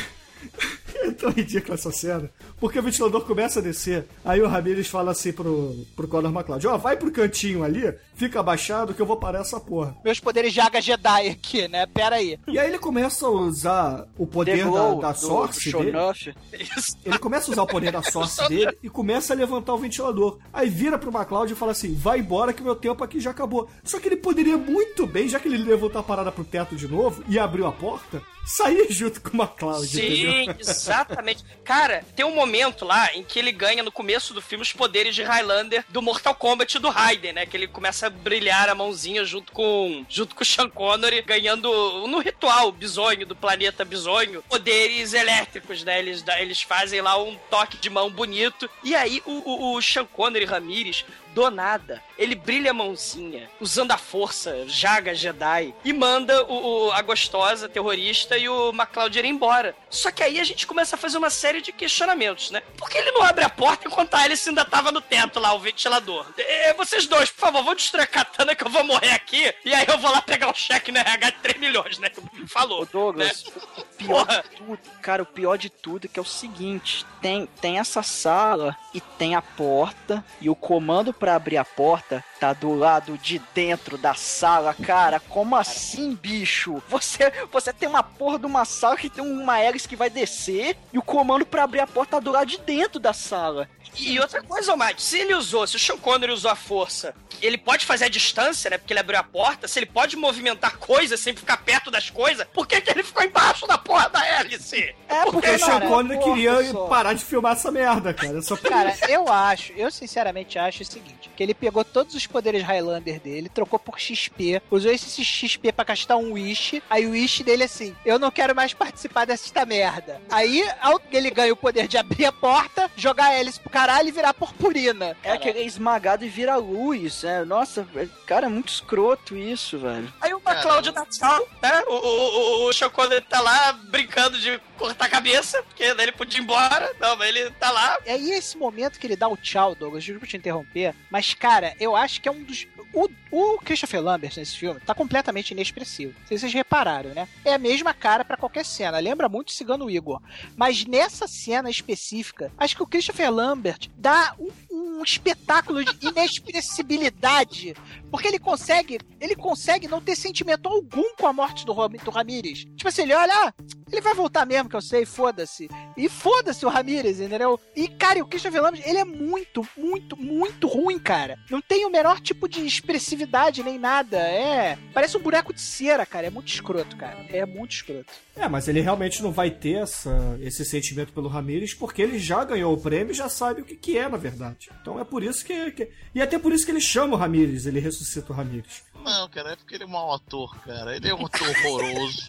É tão ridícula essa cena, porque o ventilador começa a descer, aí o Ramirez fala assim pro, pro Connor McCloud, ó, oh, vai pro cantinho ali, fica abaixado que eu vou parar essa porra. Meus poderes Jaga Jedi aqui, né? Pera aí. E aí ele começa a usar o poder The da, Glow, da do- Source do dele. Shonuff. Ele começa a usar o poder da Source dele e começa a levantar o ventilador. Aí vira pro McCloud e fala assim, vai embora que meu tempo aqui já acabou. Só que ele poderia muito bem, já que ele levantou a parada pro teto de novo e abriu a porta, sair junto com o McCloud, Sim, entendeu? exatamente. Cara, tem um momento lá em que ele ganha no começo do filme os poderes de Highlander do Mortal Kombat do Raiden, né? Que ele começa a brilhar a mãozinha junto com, junto com o Sean Connery, ganhando no ritual bizonho do planeta bizonho, poderes elétricos, né? Eles, eles fazem lá um toque de mão bonito. E aí o, o, o Sean Connery Ramirez, do nada, ele brilha a mãozinha, usando a força, Jaga Jedi, e manda o, o- a gostosa terrorista e o McCloud ir embora. Só que aí a gente começa a fazer uma série de questionamentos, né? Por que ele não abre a porta enquanto a Alice ainda tava no teto lá, o ventilador? É, vocês dois, por favor, vão destruir a katana que eu vou morrer aqui, e aí eu vou lá pegar o cheque no R H de três milhões, né? Que o Bruno falou. Ô, Douglas, né? o pior Porra. de tudo, cara, o pior de tudo é que é o seguinte, tem, tem essa sala e tem a porta, e o comando pra abrir a porta tá do lado de dentro da sala, cara, como assim, bicho? Você, você tem uma porra de uma sala que tem uma hélice que vai descer, e o comando pra abrir a porta tá do lado de dentro da sala. E outra coisa, Mike, se ele usou, se o Sean Connery usou a força, ele pode fazer a distância, né? Porque ele abriu a porta, se ele pode movimentar coisas sem ficar perto das coisas, por que, que ele ficou embaixo da porra da hélice? É Porque o Sean cara, Connery porra, queria só. parar de filmar essa merda, cara. Só por Cara, isso. eu acho, eu sinceramente acho o seguinte, que ele pegou todos os poderes Highlander dele, trocou por X P, usou esse X P pra gastar um Wish, aí o Wish dele é assim, eu não quero mais participar dessa merda. Aí ao- ele ganha o poder de abrir a porta, jogar a hélice pro caralho e virar purpurina. É que ele é esmagado e vira luz, é, nossa, é- cara, é muito escroto isso, velho. Aí o McCloud dá tchau, né? O, o, o, o Sean Connery tá lá brincando de cortar a cabeça, porque daí ele podia ir embora. Não, mas ele tá lá. É aí esse momento que ele dá o tchau, Douglas, desculpa te interromper, mas cara, eu acho que é um dos... O, o Christopher Lambert nesse filme tá completamente inexpressivo. Não sei se vocês repararam, né? É a mesma cara pra qualquer cena. Lembra muito o Cigano Igor. Mas nessa cena específica, acho que o Christopher Lambert dá um, um espetáculo de inexpressibilidade. Porque ele consegue, ele consegue não ter sentimento algum com a morte do, Ram- do Ramirez. Tipo assim, ele olha, ah, ele vai voltar mesmo, que eu sei, foda-se. E foda-se o Ramirez, entendeu? E, cara, o Christopher Lambert, ele é muito, muito, muito ruim, cara. Não tem o menor tipo de expressividade nem nada. É. Parece um boneco de cera, cara. É muito escroto, cara. É muito escroto. É, mas ele realmente não vai ter essa, esse sentimento pelo Ramirez, porque ele já ganhou o prêmio e já sabe o que, que é, na verdade. Então é por isso que, que... E até por isso que ele chama o Ramirez, ele ressuscita o Ramirez. Não, cara, é porque ele é um mau ator, cara. Ele é um ator horroroso.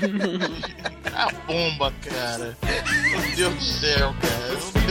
É a bomba, cara. Meu Deus do céu, cara.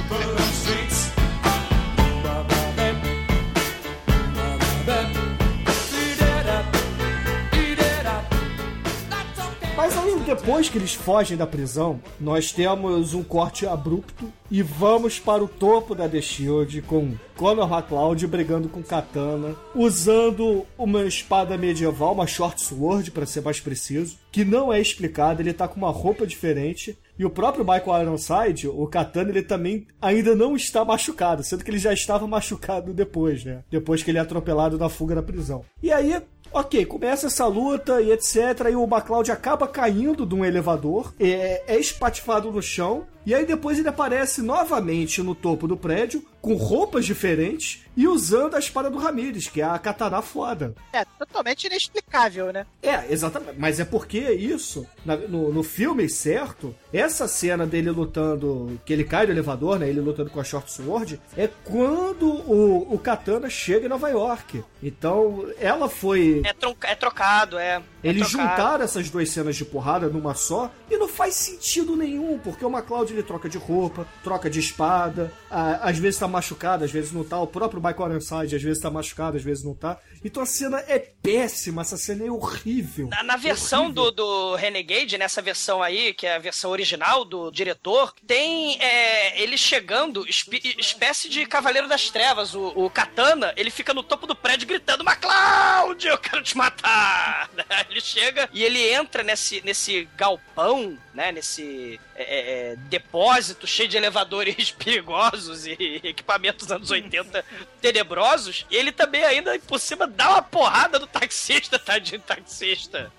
Mas aí, depois que eles fogem da prisão, nós temos um corte abrupto e vamos para o topo da The Shield com Connor McCloud brigando com Katana, usando uma espada medieval, uma short sword, para ser mais preciso, que não é explicado, ele tá com uma roupa diferente. E o próprio Michael Ironside, o Katana, ele também ainda não está machucado, sendo que ele já estava machucado depois, né? Depois que ele é atropelado na fuga da prisão. E aí... Ok, começa essa luta e etcétera. E o McCloud acaba caindo de um elevador, é, é espatifado no chão. E aí depois ele aparece novamente no topo do prédio, com roupas diferentes e usando a espada do Ramirez, que é a katana foda. É, totalmente inexplicável, né? É, exatamente. Mas é porque isso, na- no, no filme certo, essa cena dele lutando, que ele cai do elevador, né? Ele lutando com a short sword, é quando o, o Katana chega em Nova York. Então, ela foi... É, tron- é trocado, é. é Eles trocado. juntaram essas duas cenas de porrada numa só e não faz sentido nenhum, porque o McCloud ele troca de roupa, troca de espada, a- às vezes tá machucado, às vezes não tá, o próprio Michael Ironside às vezes tá machucado, às vezes não tá. Então a cena é péssima, essa cena é horrível. Na, na versão horrível. do, do Renegade, nessa versão aí, que é a versão original do diretor, tem é, ele chegando, espi, espécie de Cavaleiro das Trevas. O, o Katana, ele fica no topo do prédio gritando: MacLeod, eu quero te matar! Ele chega e ele entra nesse, nesse galpão, né, nesse é, é, depósito cheio de elevadores perigosos e equipamentos dos anos oitenta tenebrosos, e ele também ainda, por cima, dá uma porrada no taxista, tadinho taxista.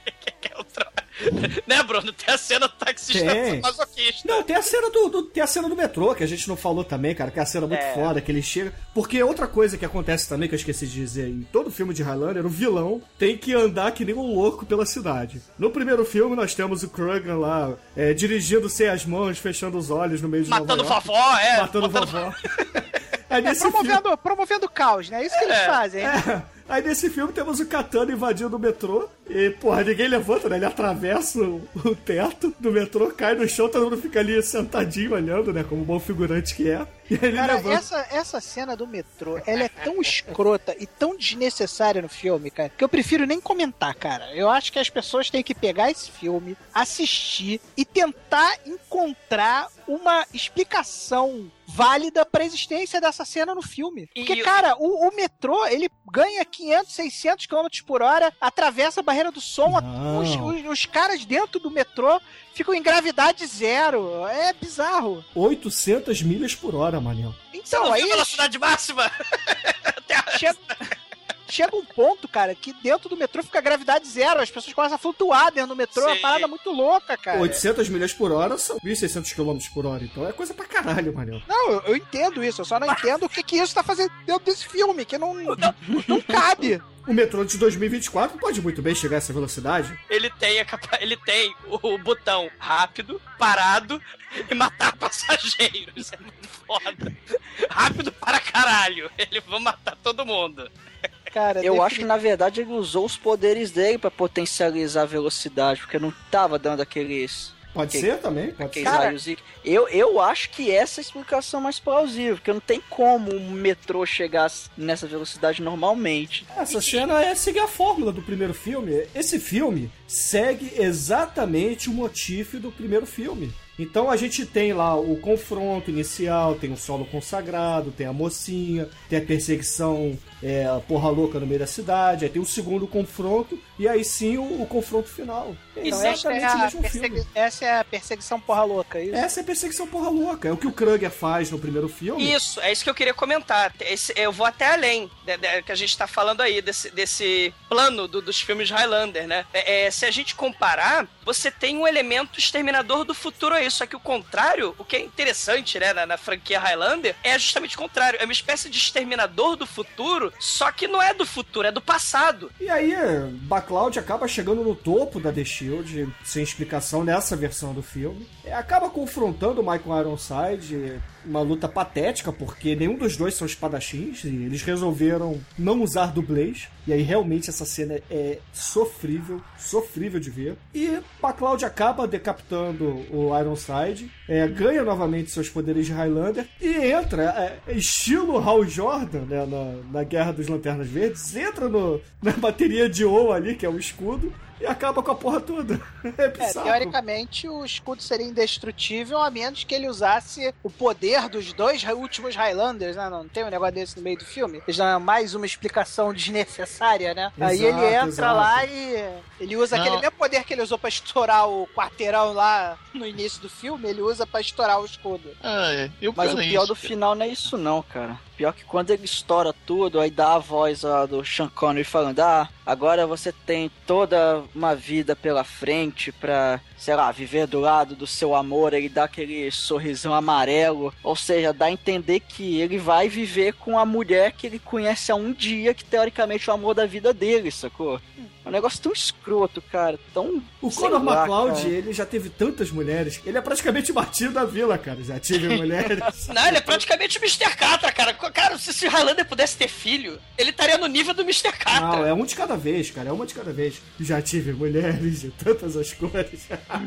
Né, Bruno? Tem a cena do taxista tem. masoquista. Não, tem a cena do, do, tem a cena do metrô, que a gente não falou também, cara, que é a cena muito é. foda, que ele chega... Porque outra coisa que acontece também, que eu esqueci de dizer, em todo filme de Highlander, o vilão tem que andar que nem um louco pela cidade. No primeiro filme, nós temos o Kurgan lá, é, dirigindo sem as mãos, fechando os olhos no meio de Matando Nova York. vovó, é. Matando vovó. Aí, é, promovendo, filme... promovendo caos, né? É isso que eles é. fazem. É. Aí nesse filme temos o Katana invadindo o metrô. E, porra, ninguém levanta, né? Ele atravessa o, o teto do metrô, cai no chão, todo mundo fica ali sentadinho olhando, né? Como bom figurante que é. E aí ele Cara, levanta. essa, essa cena do metrô, ela é tão escrota e tão desnecessária no filme, cara, que eu prefiro nem comentar, cara. Eu acho que as pessoas têm que pegar esse filme, assistir e tentar encontrar uma explicação válida pra existência dessa cena no filme. Porque, e cara, o, o metrô, ele ganha quinhentos, seiscentos quilômetros por hora, atravessa a barreira do som, os, os, os caras dentro do metrô ficam em gravidade zero. É bizarro. oitocentas milhas por hora, Manel. Então, Você não aí... viu velocidade máxima? Chega... Chega um ponto, cara, que dentro do metrô fica gravidade zero. As pessoas começam a flutuar dentro do metrô. Sim. É uma parada muito louca, cara. oitocentas milhas por hora são mil e seiscentos quilômetros por hora. Então é coisa pra caralho, Manel. Não, eu, eu entendo isso. Eu só não entendo o que, que isso tá fazendo dentro desse filme, que não, não, não cabe. O metrô de dois mil e vinte e quatro pode muito bem chegar a essa velocidade. Ele tem, a capa... Ele tem o botão rápido, parado e matar passageiros. É muito foda. Rápido para caralho. Ele vai matar todo mundo. Cara, eu defini... acho que na verdade ele usou os poderes dele pra potencializar a velocidade, porque não tava dando aqueles... Pode aquele, ser também, pode ser. Cara, eu, eu acho que essa é a explicação mais plausível, porque não tem como um metrô chegar nessa velocidade normalmente. Essa cena é seguir a fórmula do primeiro filme. Esse filme segue exatamente o motivo do primeiro filme. Então a gente tem lá o confronto inicial, tem o solo consagrado, tem a mocinha, tem a perseguição é, porra louca no meio da cidade, aí tem o segundo confronto e aí sim o, o confronto final. É exatamente é o mesmo persegui... filme. Essa é a perseguição porra louca, é isso? Essa é a perseguição porra louca, é o que o Kruger faz no primeiro filme. Isso, é isso que eu queria comentar. Esse, eu vou até além de, de, que a gente tá falando aí, desse, desse plano do, dos filmes Highlander, né? É, é, se a gente comparar, você tem um elemento Exterminador do Futuro aí. Só que o contrário, o que é interessante, né, na, na franquia Highlander, é justamente o contrário. É uma espécie de Exterminador do Futuro, só que não é do futuro, é do passado. E aí, MacLeod acaba chegando no topo da The Shield, sem explicação nessa versão do filme. É, acaba confrontando o Michael Ironside, uma luta patética, porque nenhum dos dois são espadachins, e eles resolveram não usar dublês. E aí, realmente, essa cena é sofrível, sofrível de ver. E MacLeod acaba decapitando o Ironside, é, ganha novamente seus poderes de Highlander e entra, é, estilo Hal Jordan, né, na, na Guerra dos Lanternas Verdes, entra no, na bateria de O ali, que é o escudo, e acaba com a porra toda. É bizarro. É, teoricamente, o escudo seria indestrutível, a menos que ele usasse o poder dos dois últimos Highlanders, né? Não tem um negócio desse no meio do filme? Eles dão mais uma explicação desnecessária, né? Exato, aí ele entra exato. lá e ele usa Não. aquele mesmo poder que ele usou pra estourar o quarteirão lá no início do filme, ele usa pra estourar o escudo. Ah, é. Eu Mas o pior isso, do cara. final não é isso não, cara. Pior que quando ele estoura tudo, aí dá a voz ó, do Sean Connery falando: ah, agora você tem toda uma vida pela frente pra, sei lá, viver do lado do seu amor. Ele dá aquele sorrisão amarelo, ou seja, dá a entender que ele vai viver com a mulher que ele conhece há um dia, que teoricamente é o amor da vida dele, sacou? É um negócio tão escroto, cara, tão... O Conor MacLeod, ele já teve tantas mulheres, ele é praticamente batido da vila, cara, já tive mulheres. Não, ele é praticamente o mister Catra, cara. Cara, se o Highlander pudesse ter filho, ele estaria no nível do mister Catra. Não, é um de cada vez, cara, é uma de cada vez. Já tive mulheres de tantas as cores.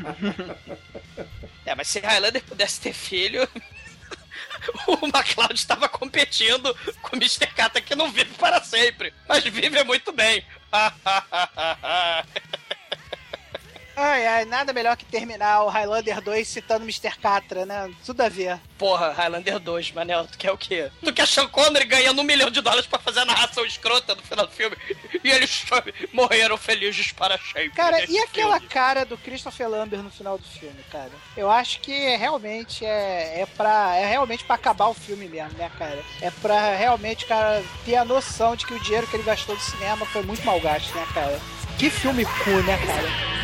É, mas se Highlander pudesse ter filho... O MacLeod estava competindo com o mister Catra, que não vive para sempre, mas vive muito bem. Ai, ai, nada melhor que terminar o Highlander dois citando mister Catra, né? Tudo a ver. Porra, Highlander dois, Manel, tu quer o quê? Tu quer Sean Connery ganhando um milhão de dólares pra fazer a narração escrota no final do filme? E eles morreram felizes para sempre. Cara, e aquela filme. cara do Christopher Lambert no final do filme, cara? Eu acho que realmente é, é pra. É realmente pra acabar o filme mesmo, né, cara? É pra realmente, cara, ter a noção de que o dinheiro que ele gastou do cinema foi muito mal gasto, né, cara? Que filme cool, né, cara?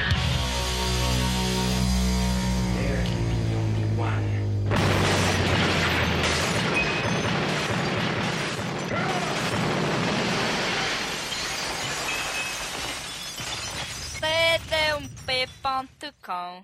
C D um P ponto com.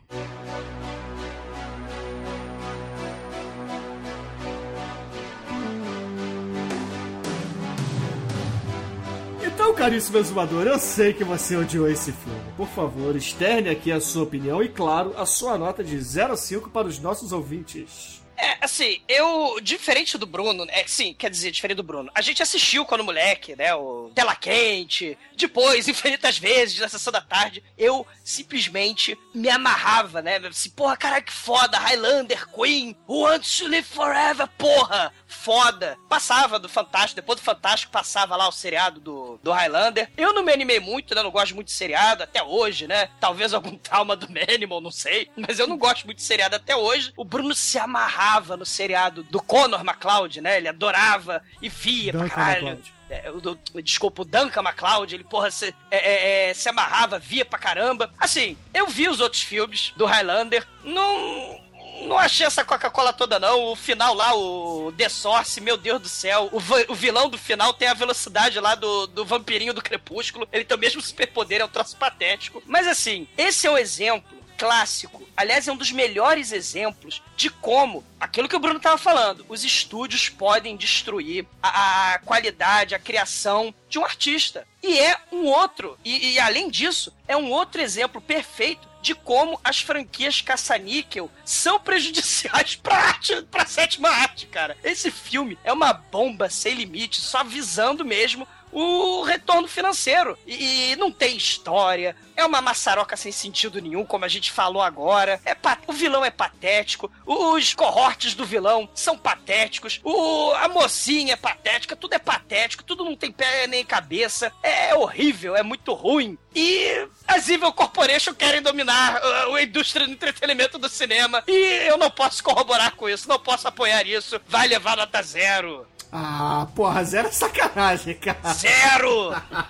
Então, caríssimo exumador, eu sei que você odiou esse filme. Por favor, externe aqui a sua opinião e, claro, a sua nota de zero a cinco para os nossos ouvintes. É, assim, eu, diferente do Bruno, é, sim, quer dizer, diferente do Bruno, a gente assistiu quando moleque, né, o Tela Quente, depois, infinitas vezes, na sessão da tarde, eu simplesmente me amarrava, né, assim, porra, caralho, que foda, Highlander, Queen, Who Wants to Live Forever, porra, foda. Passava do Fantástico, depois do Fantástico passava lá o seriado do, do Highlander. Eu não me animei muito, né, não gosto muito de seriado, até hoje, né, talvez algum trauma do Manimal, não sei, mas eu não gosto muito de seriado até hoje. O Bruno se amarrava no seriado do Connor MacLeod, né? Ele adorava e via Duncan pra caralho. É, o, do, desculpa, o Duncan MacLeod, ele, porra, se, é, é, é, se amarrava, via pra caramba. Assim, eu vi os outros filmes do Highlander, não... Não achei essa Coca-Cola toda, não. O final lá, o The Source, meu Deus do céu. O, o vilão do final tem a velocidade lá do, do vampirinho do Crepúsculo. Ele tem o mesmo superpoder, é um troço patético. Mas assim, esse é o exemplo clássico. Aliás, é um dos melhores exemplos de como, aquilo que o Bruno estava falando, os estúdios podem destruir a, a qualidade, a criação de um artista. E é um outro, e, e além disso, é um outro exemplo perfeito de como as franquias caça-níquel são prejudiciais pra arte, pra sétima arte, cara. Esse filme é uma bomba sem limite, só avisando mesmo o retorno financeiro. E, e não tem história, é uma maçaroca sem sentido nenhum, como a gente falou agora. É pat... O vilão é patético, os cohortes do vilão são patéticos, o... a mocinha é patética, tudo é patético, tudo não tem pé nem cabeça, é horrível, é muito ruim. E as Evil Corporation querem dominar a, a indústria do entretenimento do cinema, e eu não posso corroborar com isso, não posso apoiar isso, vai levar nota zero. Ah, porra, zero é sacanagem, cara. Zero!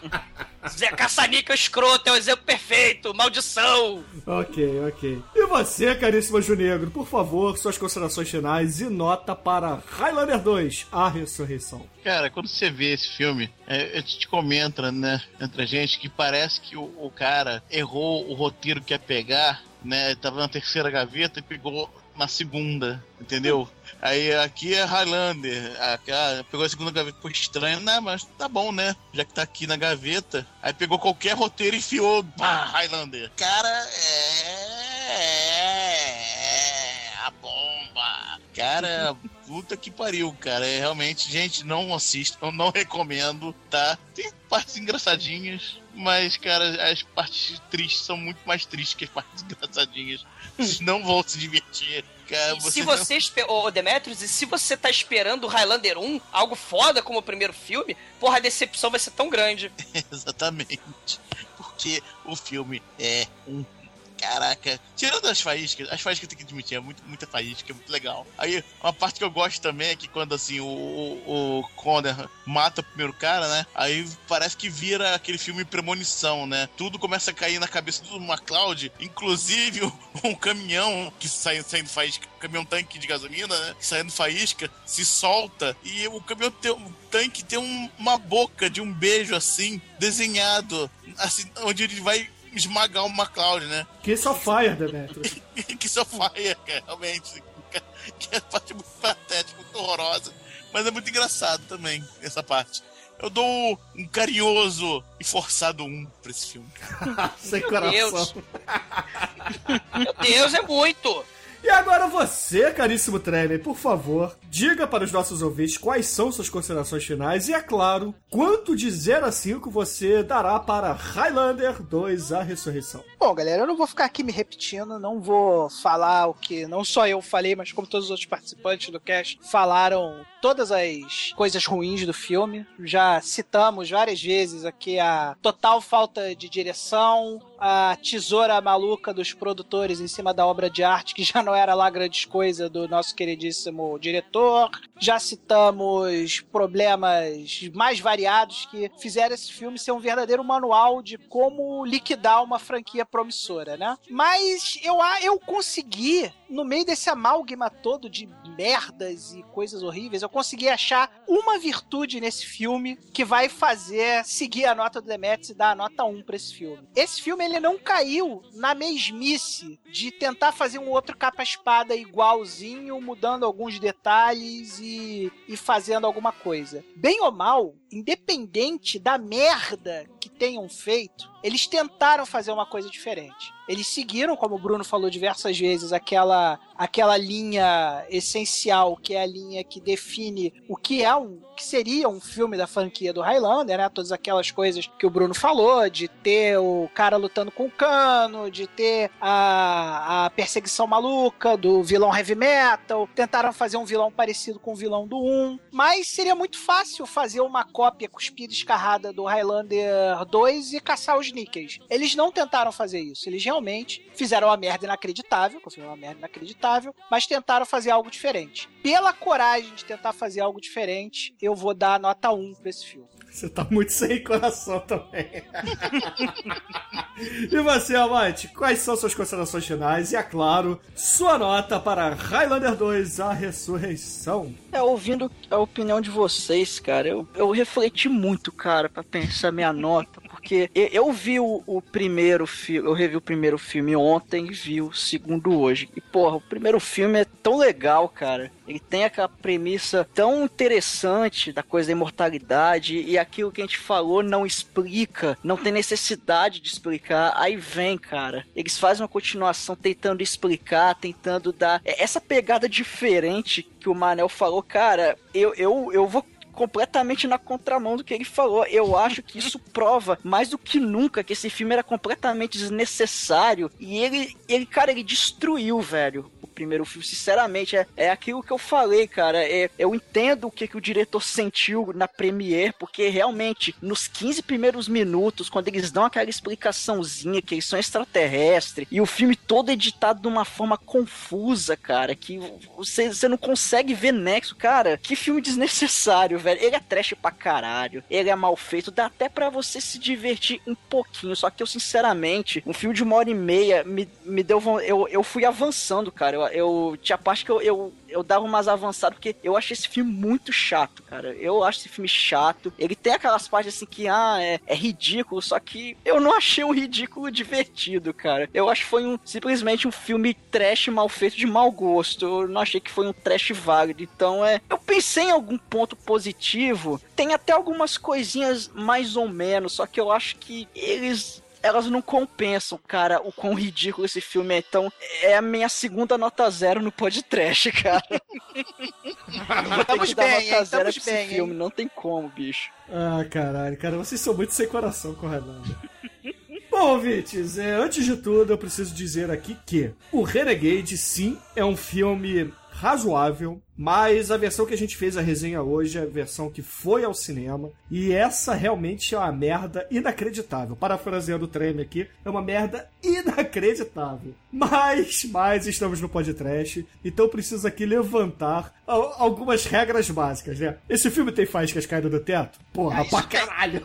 Zé Caça-Níquel escroto, é o exemplo perfeito, maldição! Ok, ok. E você, caríssimo Anjo Negro, por favor, suas considerações finais e nota para Highlander dois, A Ressurreição. Cara, quando você vê esse filme, é, a gente comenta, né, entre a gente, que parece que o, o cara errou o roteiro que ia pegar, né, tava na terceira gaveta e pegou na segunda, entendeu? Aí aqui é Highlander, aqui, ah, pegou a segunda gaveta, ficou estranho, né? Mas tá bom, né? Já que tá aqui na gaveta, aí pegou qualquer roteiro e enfiou, pá, Highlander. Cara, é... a bomba. Cara, puta que pariu, cara. É realmente, gente, não assistam, não recomendo, tá? Tem partes engraçadinhas, mas, cara, as partes tristes são muito mais tristes que as partes engraçadinhas. Vocês não vão se divertir. Cara, e você se você, não... ô Demetrius, e se você tá esperando o Highlander um, algo foda como o primeiro filme, porra, a decepção vai ser tão grande. Exatamente. Porque o filme é um... Caraca, tirando as faíscas, as faíscas tem que admitir, é muito, muita faísca, é muito legal. Aí, uma parte que eu gosto também é que quando, assim, o, o, o Connor mata o primeiro cara, né, aí parece que vira aquele filme Premonição, né, tudo começa a cair na cabeça do MacLeod, inclusive um caminhão que sai saindo faísca, um caminhão-tanque de gasolina, né, saindo faísca, se solta, e o caminhão tem, um tanque tem um, uma boca de um beijo, assim, desenhado, assim, onde ele vai esmagar o MacLeod, né? Que só fire, Demetrius. Que só fire, cara, realmente. Que é a parte muito patética, muito horrorosa. Mas é muito engraçado também, essa parte. Eu dou um carinhoso e forçado um pra esse filme. Sem Meu coração. Deus. Meu Deus, é muito. E agora você, caríssimo Tremer, por favor, diga para os nossos ouvintes quais são suas considerações finais e, é claro, quanto de zero a cinco você dará para Highlander dois, A Ressurreição. Bom, galera, eu não vou ficar aqui me repetindo, não vou falar o que não só eu falei, mas como todos os outros participantes do cast falaram todas as coisas ruins do filme. Já citamos várias vezes aqui a total falta de direção, a tesoura maluca dos produtores em cima da obra de arte, que já não era lá grandes coisa do nosso queridíssimo diretor. Já citamos problemas mais variados que fizeram esse filme ser um verdadeiro manual de como liquidar uma franquia promissora, né? Mas eu, eu consegui, no meio desse amálgama todo de merdas e coisas horríveis, eu consegui achar uma virtude nesse filme que vai fazer seguir a nota do Demetrius e dar a nota um pra esse filme. Esse filme, ele não caiu na mesmice de tentar fazer um outro capa-espada igualzinho, mudando alguns detalhes e, e fazendo alguma coisa. Bem ou mal, independente da merda que tenham feito, eles tentaram fazer uma coisa diferente. Eles seguiram, como o Bruno falou diversas vezes, aquela, aquela linha essencial, que é a linha que define o que é um, que seria um filme da franquia do Highlander, né? Todas aquelas coisas que o Bruno falou, de ter o cara lutando com o cano, de ter a, a perseguição maluca do vilão heavy metal. Tentaram fazer um vilão parecido com o vilão do um, mas seria muito fácil fazer uma cópia cuspida e escarrada do Highlander dois e caçar os níqueis. Eles não tentaram fazer isso, eles realmente fizeram uma merda inacreditável, conseguiram uma merda inacreditável, mas tentaram fazer algo diferente. Pela coragem de tentar fazer algo diferente, eu vou dar nota um pra esse filme. Você tá muito sem coração também. E você, Amante, quais são suas considerações finais? E, é claro, sua nota para Highlander dois, A Ressurreição. É, ouvindo a opinião de vocês, cara, eu, eu refleti muito, cara, pra pensar minha nota, porque eu, eu vi o, o primeiro filme, eu revi o primeiro filme ontem e vi o segundo hoje. E, porra, o primeiro filme é tão legal, cara. Ele tem aquela premissa tão interessante da coisa da imortalidade, e aquilo que a gente falou não explica, não tem necessidade de explicar. Aí vem, cara, eles fazem uma continuação tentando explicar, tentando dar essa pegada diferente que o Manel falou. Cara, eu, eu, eu vou completamente na contramão do que ele falou. Eu acho que isso prova mais do que nunca que esse filme era completamente desnecessário, e ele, ele cara, ele destruiu, velho, o primeiro filme, sinceramente. É, é aquilo que eu falei, cara. É, eu entendo o que, que o diretor sentiu na Premiere, porque realmente, nos quinze primeiros minutos, quando eles dão aquela explicaçãozinha que eles são extraterrestres, e o filme todo editado de uma forma confusa, cara, que você, você não consegue ver nexo, cara. Que filme desnecessário, velho. Ele é trash pra caralho, ele é mal feito, dá até pra você se divertir um pouquinho, só que eu, sinceramente, um filme de uma hora e meia me, me deu... Eu, eu fui avançando, cara. Eu, eu tinha parte que eu, eu, eu dava umas avançadas, porque eu achei esse filme muito chato, cara. Eu acho esse filme chato. Ele tem aquelas partes assim que, ah, é, é ridículo, só que eu não achei um ridículo divertido, cara. Eu acho que foi um, simplesmente um filme trash mal feito de mau gosto. Eu não achei que foi um trash válido. Então, é... eu pensei em algum ponto positivo. Tem até algumas coisinhas mais ou menos, só que eu acho que eles... elas não compensam, cara, o quão ridículo esse filme é. Então, é a minha segunda nota zero no podcast, cara. Estamos bem, hein? Estamos bem, filme. Hein? Não tem como, bicho. Ah, caralho, cara, vocês são muito sem coração com o Highlander. Bom, ouvintes, é, antes de tudo, eu preciso dizer aqui que o Renegade, sim, é um filme razoável, mas a versão que a gente fez a resenha hoje é a versão que foi ao cinema, e essa realmente é uma merda inacreditável. Parafraseando o Tremer aqui, é uma merda inacreditável. Mas, mas estamos no podcast, então preciso aqui levantar algumas regras básicas, né? Esse filme tem faíscas caindo do teto? Porra, é pra caralho!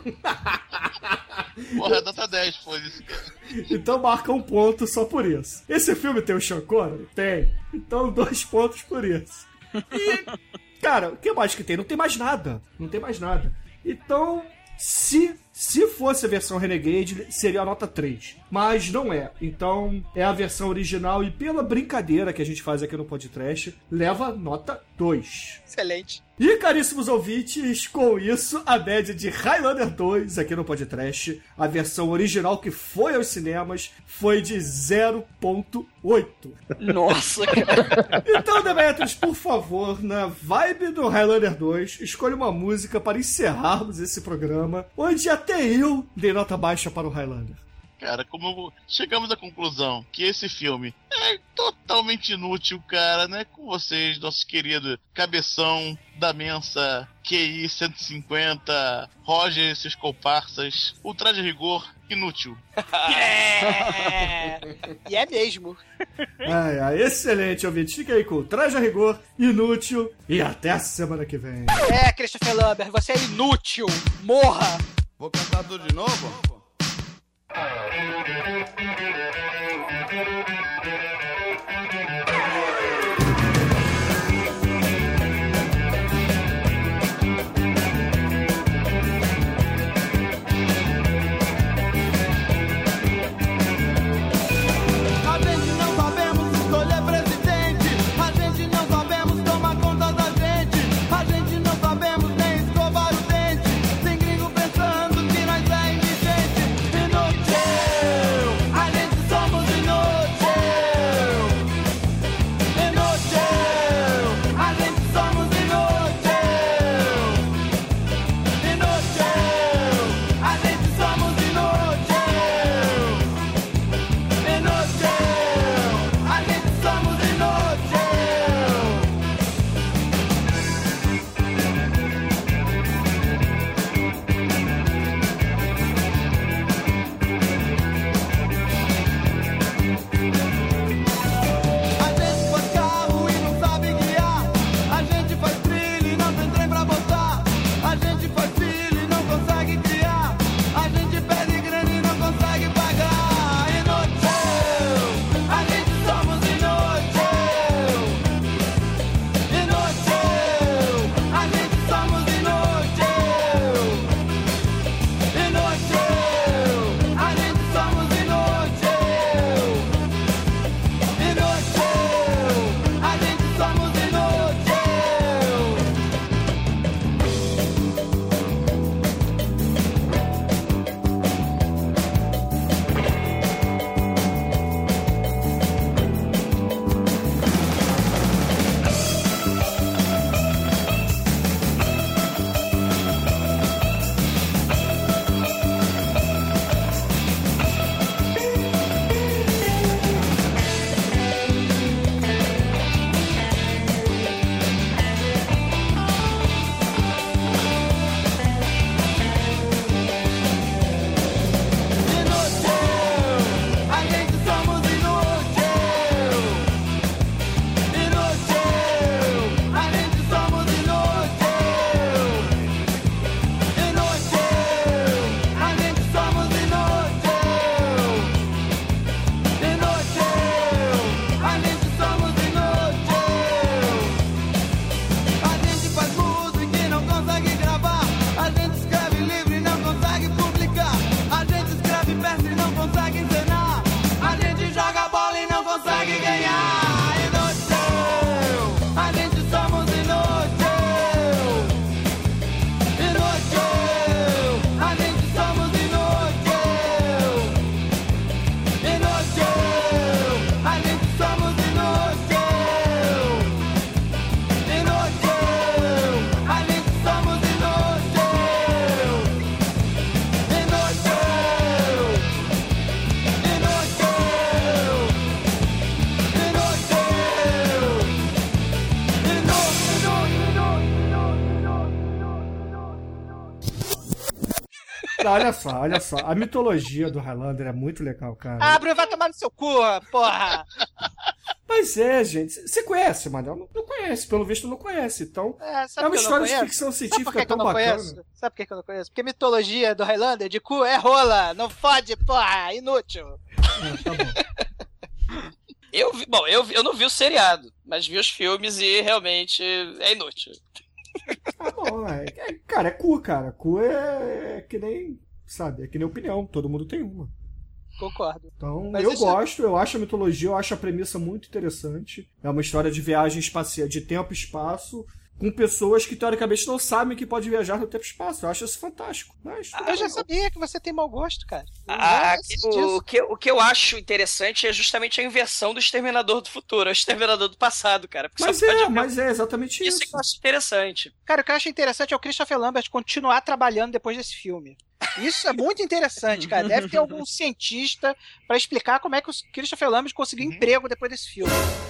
Porra, é nota dez, foi isso. Então marca um ponto só por isso. Esse filme tem o Sean Connery? Tem. Então dois pontos por isso. E, cara, o que mais que tem? Não tem mais nada. Não tem mais nada. Então, se Se fosse a versão Renegade, seria a nota três. Mas não é. Então, é a versão original e pela brincadeira que a gente faz aqui no podcast, leva nota dois. Excelente. E, caríssimos ouvintes, com isso, a média de Highlander dois aqui no podcast, a versão original que foi aos cinemas, foi de zero ponto oito. Nossa, cara. Então, Demetrius, por favor, na vibe do Highlander dois, escolha uma música para encerrarmos esse programa, onde até eu dei nota baixa para o Highlander. Cara, como chegamos à conclusão que esse filme é totalmente inútil, cara, né? Com vocês, nosso querido cabeção da mensa Q I cento e cinquenta, Roger e seus comparsas, o Traje a Rigor, inútil. É. E é mesmo. Ai, ai, excelente, ouvinte. Fica aí com o Traje a Rigor, inútil, e até a semana que vem. É, Christopher Lambert, você é inútil. Morra. Vou cantar tudo de novo? Não, olha só, olha só. A mitologia do Highlander é muito legal, cara. Ah, Bruno, vai tomar no seu cu, porra! Mas é, gente. Você conhece, Manel? Não, não conhece, pelo visto não conhece. Então, é, é uma história de ficção científica tão bacana. Conheço? Sabe por que eu não conheço? Porque a mitologia do Highlander de cu é rola. Não fode, porra, inútil. Ah, tá bom. Eu vi, bom, eu, eu não vi o seriado, mas vi os filmes e realmente é inútil. Tá bom, é, é, cara, é cu, cara. Cu é, é que nem sabe? É que nem opinião, todo mundo tem uma. Concordo. Então, Mas eu isso- gosto, eu acho a mitologia, eu acho a premissa muito interessante. É uma história de viagem espacial, de tempo e espaço, com pessoas que teoricamente não sabem que pode viajar no tempo e espaço. Eu acho isso fantástico. Mas, Eu já sabia que você tem mau gosto, cara. Eu Ah, já sei o, disso. o que, o que eu acho interessante é justamente a inversão do Exterminador do Futuro, é o Exterminador do passado, cara. Porque mas só pode é, haver- mas é exatamente isso isso. é que eu acho interessante. Cara, o que eu acho interessante é o Christopher Lambert continuar trabalhando depois desse filme. Isso é muito interessante, cara. Deve ter algum cientista pra explicar como é que o Christopher Lambert conseguiu emprego depois desse filme.